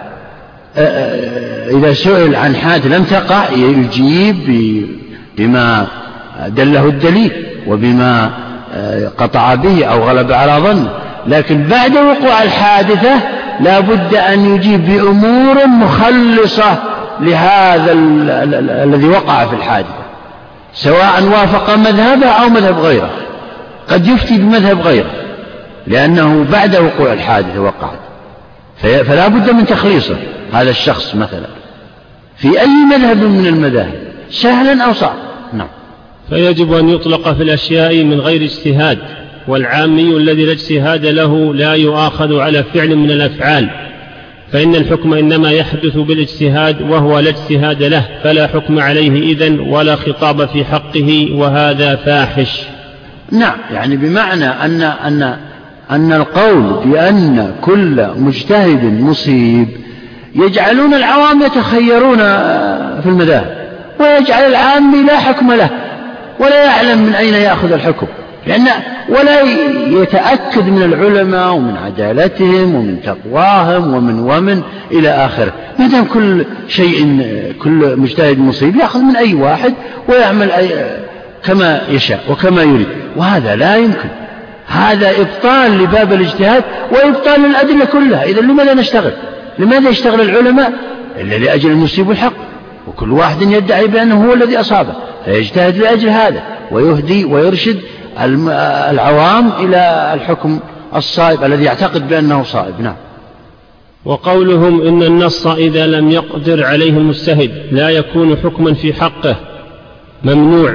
إذا سئل عن حادثة لم تقع يجيب بما دله الدليل وبما قطع به أو غلب على ظنه. لكن بعد وقوع الحادثة لا بد أن يجيب بأمور مخلصة لهذا الذي وقع في الحادثة، سواء وافق مذهبه أو مذهب غيره. قد يفتي بمذهب غيره لأنه بعد وقوع الحادثة وقعت، فلا بد من تخليصه هذا الشخص مثلا في أي مذهب من المذاهب سهلا أو صعب. نعم. فيجب أن يطلق في الأشياء من غير اجتهاد، والعامي الذي لا اجتهاد له لا يؤاخذ على فعل من الأفعال، فإن الحكم إنما يحدث بالاجتهاد وهو لا اجتهاد له، فلا حكم عليه إذن ولا خطاب في حقه، وهذا فاحش. نعم، يعني بمعنى أن القول بأن كل مجتهد مصيب يجعلون العوام يتخيرون في المذاهب، ويجعل العام لا حكم له ولا يعلم من أين يأخذ الحكم، ولا يتأكد من العلماء ومن عدالتهم ومن تقواهم ومن إلى آخره. مادام كل مجتهد مصيب يأخذ من أي واحد ويعمل كما يشاء وكما يريد، وهذا لا يمكن. هذا إبطال لباب الاجتهاد وإبطال للأدلة كلها. إذن لماذا نشتغل؟ لماذا يشتغل العلماء؟ إلا لأجل أن يصيبوا الحق، وكل واحد يدعي بأنه هو الذي أصابه، فيجتهد لأجل هذا ويهدي ويرشد العوام إلى الحكم الصائب الذي يعتقد بأنه صائب. نعم. وقولهم إن النص إذا لم يقدر عليه المجتهد لا يكون حكما في حقه ممنوع.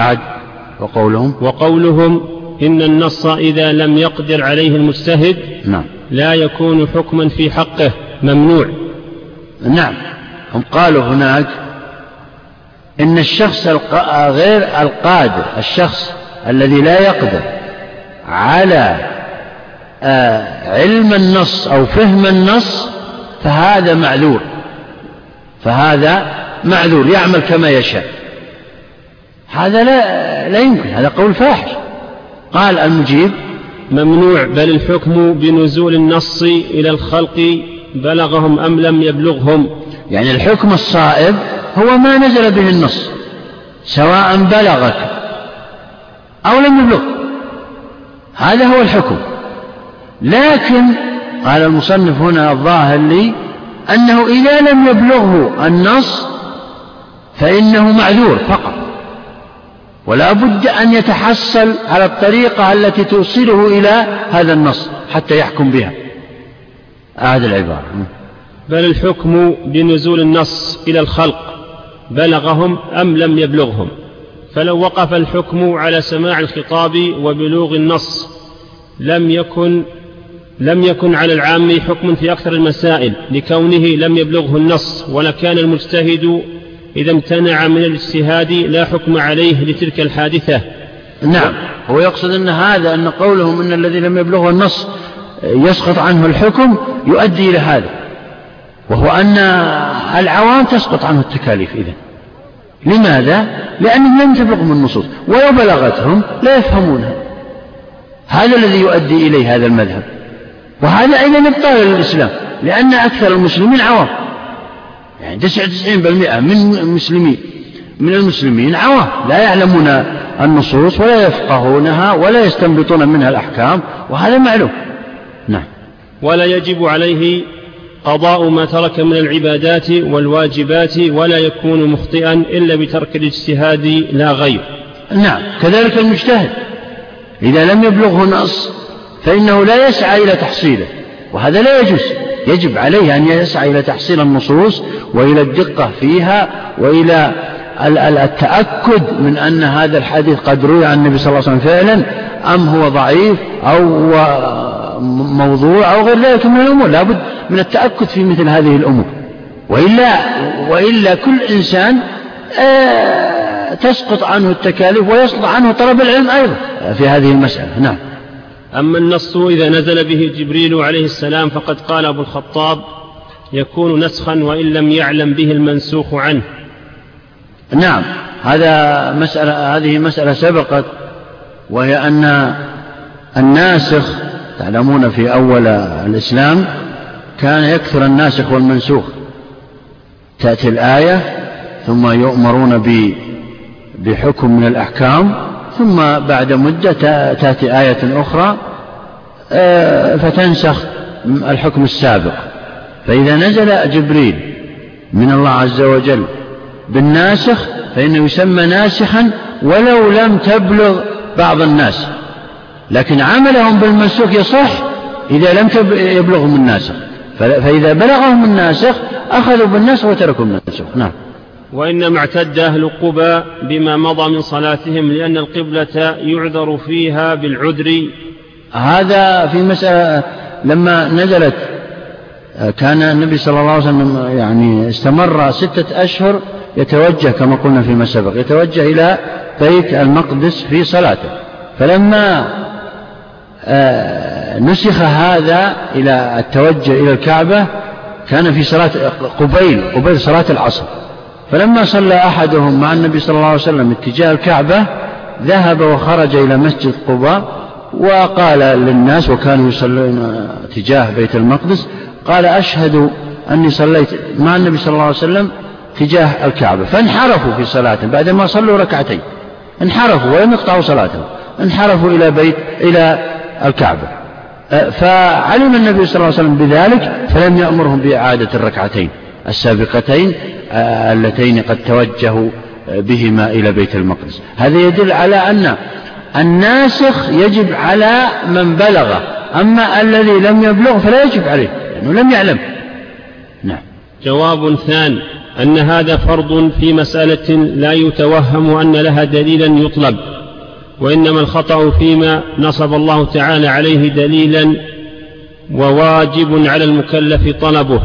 وقولهم إن النص إذا لم يقدر عليه المجتهد لا يكون حكما في حقه ممنوع. نعم، هم قالوا هناك إن الشخص غير القادر، الشخص الذي لا يقدر على علم النص أو فهم النص فهذا معذور يعمل كما يشاء. هذا لا يمكن، هذا قول فاحش. قال المجيب ممنوع، بل الحكم بنزول النص إلى الخلق بلغهم أم لم يبلغهم. يعني الحكم الصائب هو ما نزل به النص سواء بلغك أو لم يبلغ، هذا هو الحكم. لكن قال المصنف هنا الظاهر لي أنه إذا لم يبلغه النص فإنه معذور فقط، ولا بد أن يتحصل على الطريقة التي توصله إلى هذا النص حتى يحكم بها. هذه العبارة. بل الحكم بنزول النص إلى الخلق بلغهم أم لم يبلغهم، فلو وقف الحكم على سماع الخطاب وبلوغ النص لم يكن على العام حكم في أكثر المسائل لكونه لم يبلغه النص، ولكان المجتهد إذا امتنع من الاجتهاد لا حكم عليه لتلك الحادثة. نعم، هو يقصد أن قولهم أن الذي لم يبلغه النص يسقط عنه الحكم يؤدي إلى هذا، وهو أن العوام تسقط عنه التكاليف. إذن لماذا؟ لأنهم لم تبلغهم النصوص، ولو بلغتهم لا يفهمونها. هذا الذي يؤدي إليه هذا المذهب، وهذا أيضا إبطال للإسلام، لأن أكثر المسلمين عوام، يعني 99% من المسلمين عوام لا يعلمون النصوص ولا يفقهونها ولا يستنبطون منها الأحكام، وهذا معلوم. نعم. ولا يجب عليه قضاء ما ترك من العبادات والواجبات، ولا يكون مخطئا إلا بترك الاجتهاد لا غير. نعم، كذلك المجتهد إذا لم يبلغه نص فإنه لا يسعى إلى تحصيله، وهذا لا يجوز. يجب عليه أن يسعى إلى تحصيل النصوص وإلى الدقة فيها وإلى التأكد من أن هذا الحديث قد روي عن النبي صلى الله عليه وسلم فعلا أم هو ضعيف أو موضوع أو غير ذلك من الأمور. لا بد من التأكد في مثل هذه الأمور، وإلا كل إنسان تسقط عنه التكاليف ويسقط عنه طلب العلم أيضا في هذه المسألة. نعم. أما النص إذا نزل به جبريل عليه السلام فقد قال أبو الخطاب يكون نسخا وإن لم يعلم به المنسوخ عنه. نعم، هذه مسألة سبقت، وهي أن الناسخ تعلمون في أول الإسلام كان يكثر الناسخ والمنسوخ، تأتي الآية ثم يؤمرون بحكم من الأحكام، ثم بعد مدة تأتي آية أخرى فتنسخ الحكم السابق. فإذا نزل جبريل من الله عز وجل بالناسخ فإنه يسمى ناسخا ولو لم تبلغ بعض الناس، لكن عملهم بالمنسوخ يصح إذا لم يبلغهم الناسخ، فإذا بلغهم الناسخ أخذوا بالناسخ وتركوا المنسوخ. نعم. وإنما اعتد أهل قبى بما مضى من صلاتهم لأن القبلة يعذر فيها بالعذر. هذا في مسألة لما نزلت كان النبي صلى الله عليه وسلم يعني استمر 6 أشهر يتوجه كما قلنا فيما سبق، يتوجه إلى بيت المقدس في صلاته، فلما نسخ هذا إلى التوجه إلى الكعبة كان في صلاة قبيل صلاة العصر، فلما صلى أحدهم مع النبي صلى الله عليه وسلم اتجاه الكعبة ذهب وخرج إلى مسجد قباء وقال للناس، وكانوا يصلون اتجاه بيت المقدس، قال أشهد أني صليت مع النبي صلى الله عليه وسلم تجاه الكعبة. فانحرفوا في صلاتهم بعدما صلوا ركعتين، انحرفوا ولم يقطعوا صلاتهم، انحرفوا إلى الكعبة، فعلم النبي صلى الله عليه وسلم بذلك فلم يأمرهم بإعادة الركعتين السابقتين اللتين قد توجهوا بهما إلى بيت المقدس. هذا يدل على أن الناسخ يجب على من بلغ، أما الذي لم يبلغ فلا يجب عليه لأنه لم يعلم. نعم. جواب ثاني أن هذا فرض في مسألة لا يتوهم أن لها دليلا يطلب، وإنما الخطأ فيما نصب الله تعالى عليه دليلا وواجب على المكلف طلبه،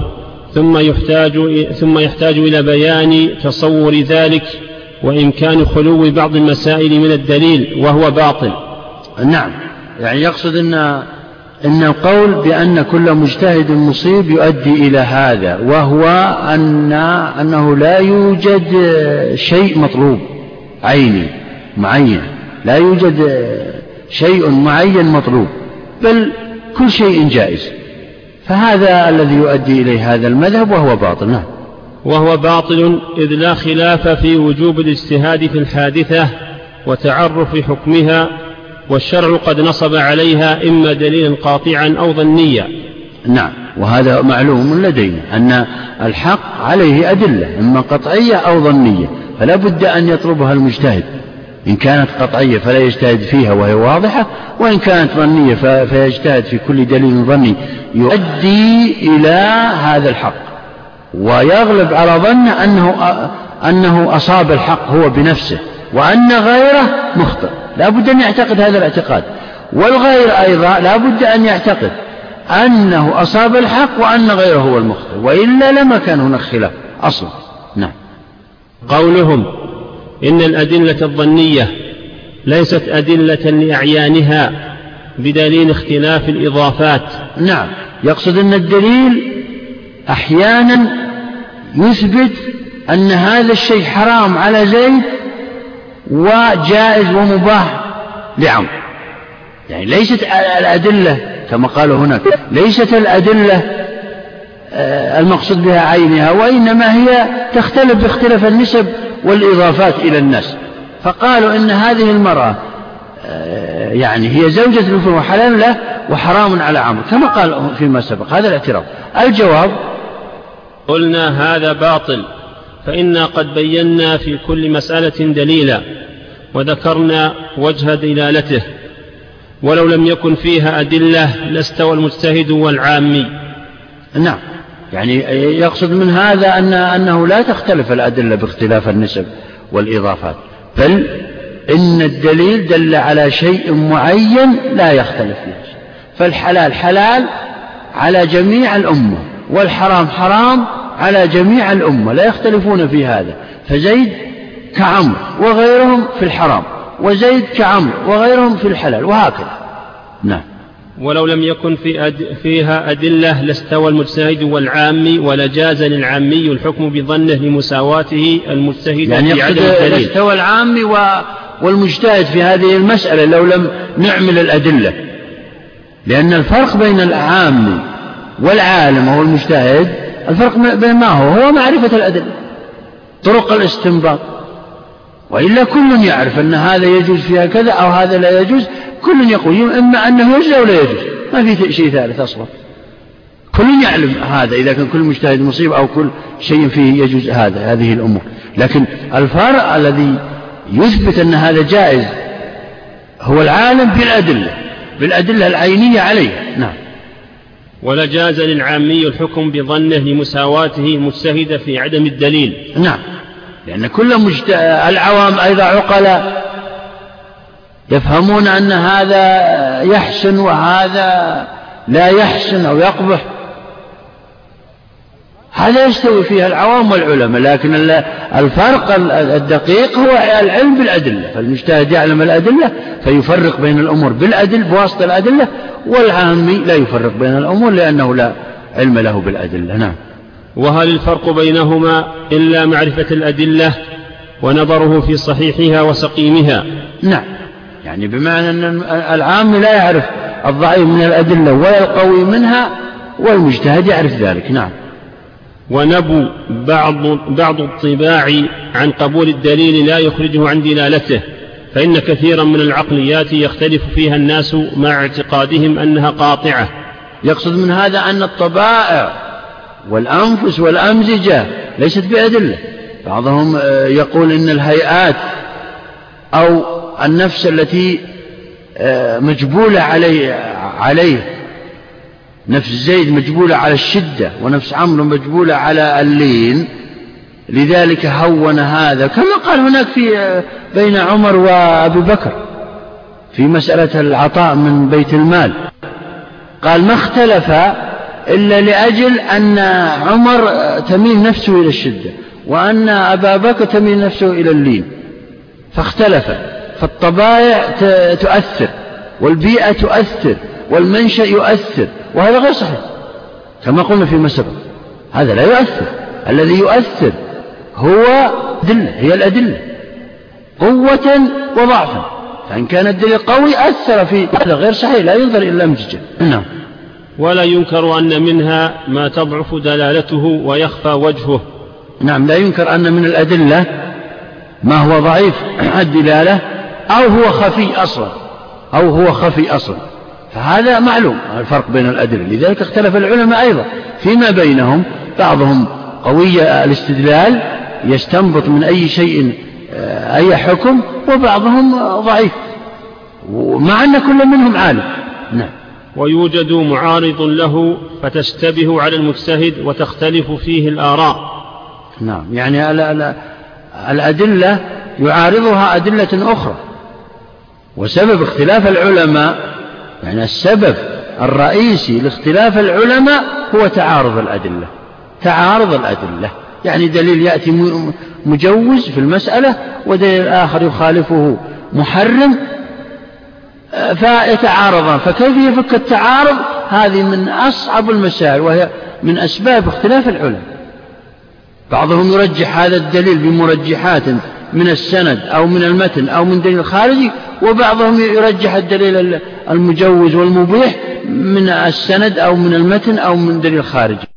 ثم يحتاج إلى بيان تصور ذلك وإمكان خلو بعض المسائل من الدليل وهو باطل. نعم، يعني يقصد إن القول بأن كل مجتهد مصيب يؤدي إلى هذا، وهو أنه لا يوجد شيء مطلوب عيني معين، لا يوجد شيء معين مطلوب، بل كل شيء جائز، فهذا الذي يؤدي إليه هذا المذهب وهو باطل. نعم. وهو باطل إذ لا خلاف في وجوب الاجتهاد في الحادثة وتعرف حكمها، والشرع قد نصب عليها إما دليلا قاطعا أو ظنيا. نعم، وهذا معلوم لدينا أن الحق عليه أدلة إما قطعية أو ظنية، فلا بد أن يطلبها المجتهد إن كانت قطعية فلا يجتهد فيها وهي واضحة، وإن كانت ظنية فيجتهد في كل دليل ظني يؤدي إلى هذا الحق، ويغلب على ظنه أنه أصاب الحق هو بنفسه، وأن غيره مخطئ. لا بد أن يعتقد هذا الاعتقاد، والغير أيضا لا بد أن يعتقد أنه أصاب الحق وأن غيره هو المخطئ، وإلا لما كان هناك خلاف أصلا. نعم. قولهم إن الأدلة الظنية ليست أدلة لأعيانها بدليل اختلاف الإضافات. نعم، يقصد أن الدليل أحيانا يثبت أن هذا الشيء حرام على زيد وجائز ومباح لعمرو، يعني ليست الأدلة كما قالوا هناك، ليست الأدلة المقصود بها عينها، وإنما هي تختلف باختلاف النسب والإضافات إلى الناس. فقالوا إن هذه المرأة يعني هي زوجة له وحلال له وحرام على عمرو كما قال فيما سبق. هذا الاعتراف. الجواب: قلنا هذا باطل، فإنا قد بينا في كل مسألة دليلا وذكرنا وجه دلالته، ولو لم يكن فيها أدلة لاستوى المجتهد والعامي. نعم، يعني يقصد من هذا أنه لا تختلف الأدلة باختلاف النسب والإضافات، بل إن الدليل دل على شيء معين لا يختلف فيه. فالحلال حلال على جميع الأمة، والحرام حرام على جميع الأمة، لا يختلفون في هذا. فزيد كعمرو وغيرهم في الحرام، وزيد كعمرو وغيرهم في الحلال، وهكذا. نعم. ولو لم يكن فيها أدلة لاستوى المجتهد والعامي، ولجاز للعامي الحكم بظنه لمساواته المجتهد يعني في عدم الدليل. استوى العامي والمجتهد في هذه المسألة لو لم نعمل الأدلة، لأن الفرق بين العامي والعالم هو المجتهد، الفرق بين ما هو معرفة الأدلة، طرق الاستنباط. وإلا كل يعرف أن هذا يجوز فيها كذا أو هذا لا يجوز، كل يقول إما أنه يجوز أو لا يجوز، ما في شيء ثالث أصلا. كل يعلم هذا إذا كان كل مجتهد مصيب أو كل شيء فيه يجوز هذه الأمور. لكن الفرق الذي يثبت أن هذا جائز هو العالم بالأدلة العينية عليه. نعم. ولجاز للعامي الحكم بظنه لمساواته المجتهد في عدم الدليل. نعم، لأن كل العوام أيضا عقلاء يفهمون أن هذا يحسن وهذا لا يحسن أو يقبح، هذا يستوي فيها العوام والعلماء. لكن الفرق الدقيق هو العلم بالأدلة، فالمجتهد يعلم الأدلة فيفرق بين الأمور بالأدلة بواسطة الأدلة، والعامي لا يفرق بين الأمور لأنه لا علم له بالأدلة. نعم. وهل الفرق بينهما إلا معرفة الأدلة ونظره في صحيحها وسقيمها؟ نعم، يعني بمعنى أن العام لا يعرف الضعيف من الأدلة ولا القوي منها، والمجتهد يعرف ذلك. نعم. ونبو بعض الطباع عن قبول الدليل لا يخرجه عن دلالته، فإن كثيرا من العقليات يختلف فيها الناس مع اعتقادهم أنها قاطعة. يقصد من هذا أن الطبائع والأنفس والأمزجة ليست بأدلة. بعضهم يقول إن الهيئات أو النفس التي مجبولة عليه نفس زيد مجبولة على الشدة، ونفس عمرو مجبولة على اللين، لذلك هون هذا، كما قال هناك في بين عمر وأبي بكر في مسألة العطاء من بيت المال، قال ما اختلف إلا لأجل أن عمر تميل نفسه إلى الشدة وأن أبا بكر تميل نفسه إلى اللين، فاختلف. فالطبائع تؤثر، والبيئة تؤثر، والمنشأ يؤثر، وهذا غير صحيح كما قلنا في مسبق. هذا لا يؤثر، الذي يؤثر هو هي الأدلة قوة وضعفا، فإن كان الدليل قوي أثر في هذا غير صحيح، لا ينظر إلا مججة. نعم. ولا ينكر أن منها ما تضعف دلالته ويخفى وجهه. نعم، لا ينكر أن من الأدلة ما هو ضعيف الدلالة أو هو خفي أصلا، فهذا معلوم الفرق بين الأدلة. لذلك اختلف العلماء أيضا فيما بينهم، بعضهم قوي الاستدلال يستنبط من أي شيء أي حكم، وبعضهم ضعيف، مع أن كل منهم عالم. نعم. ويوجد معارض له فتشتبه على المجتهد وتختلف فيه الآراء. نعم، يعني الأدلة يعارضها أدلة أخرى، وسبب اختلاف العلماء، يعني السبب الرئيسي لاختلاف العلماء هو تعارض الأدلة. تعارض الأدلة يعني دليل يأتي مجوز في المسألة ودليل آخر يخالفه محرم، فيتعارضان، فكيف يفك التعارض؟ هذه من أصعب المسائل، وهي من أسباب اختلاف العلماء. بعضهم يرجح هذا الدليل بمرجحات من السند أو من المتن أو من دليل خارجي، وبعضهم يرجح الدليل المجوز والمبيح من السند أو من المتن أو من دليل خارجي.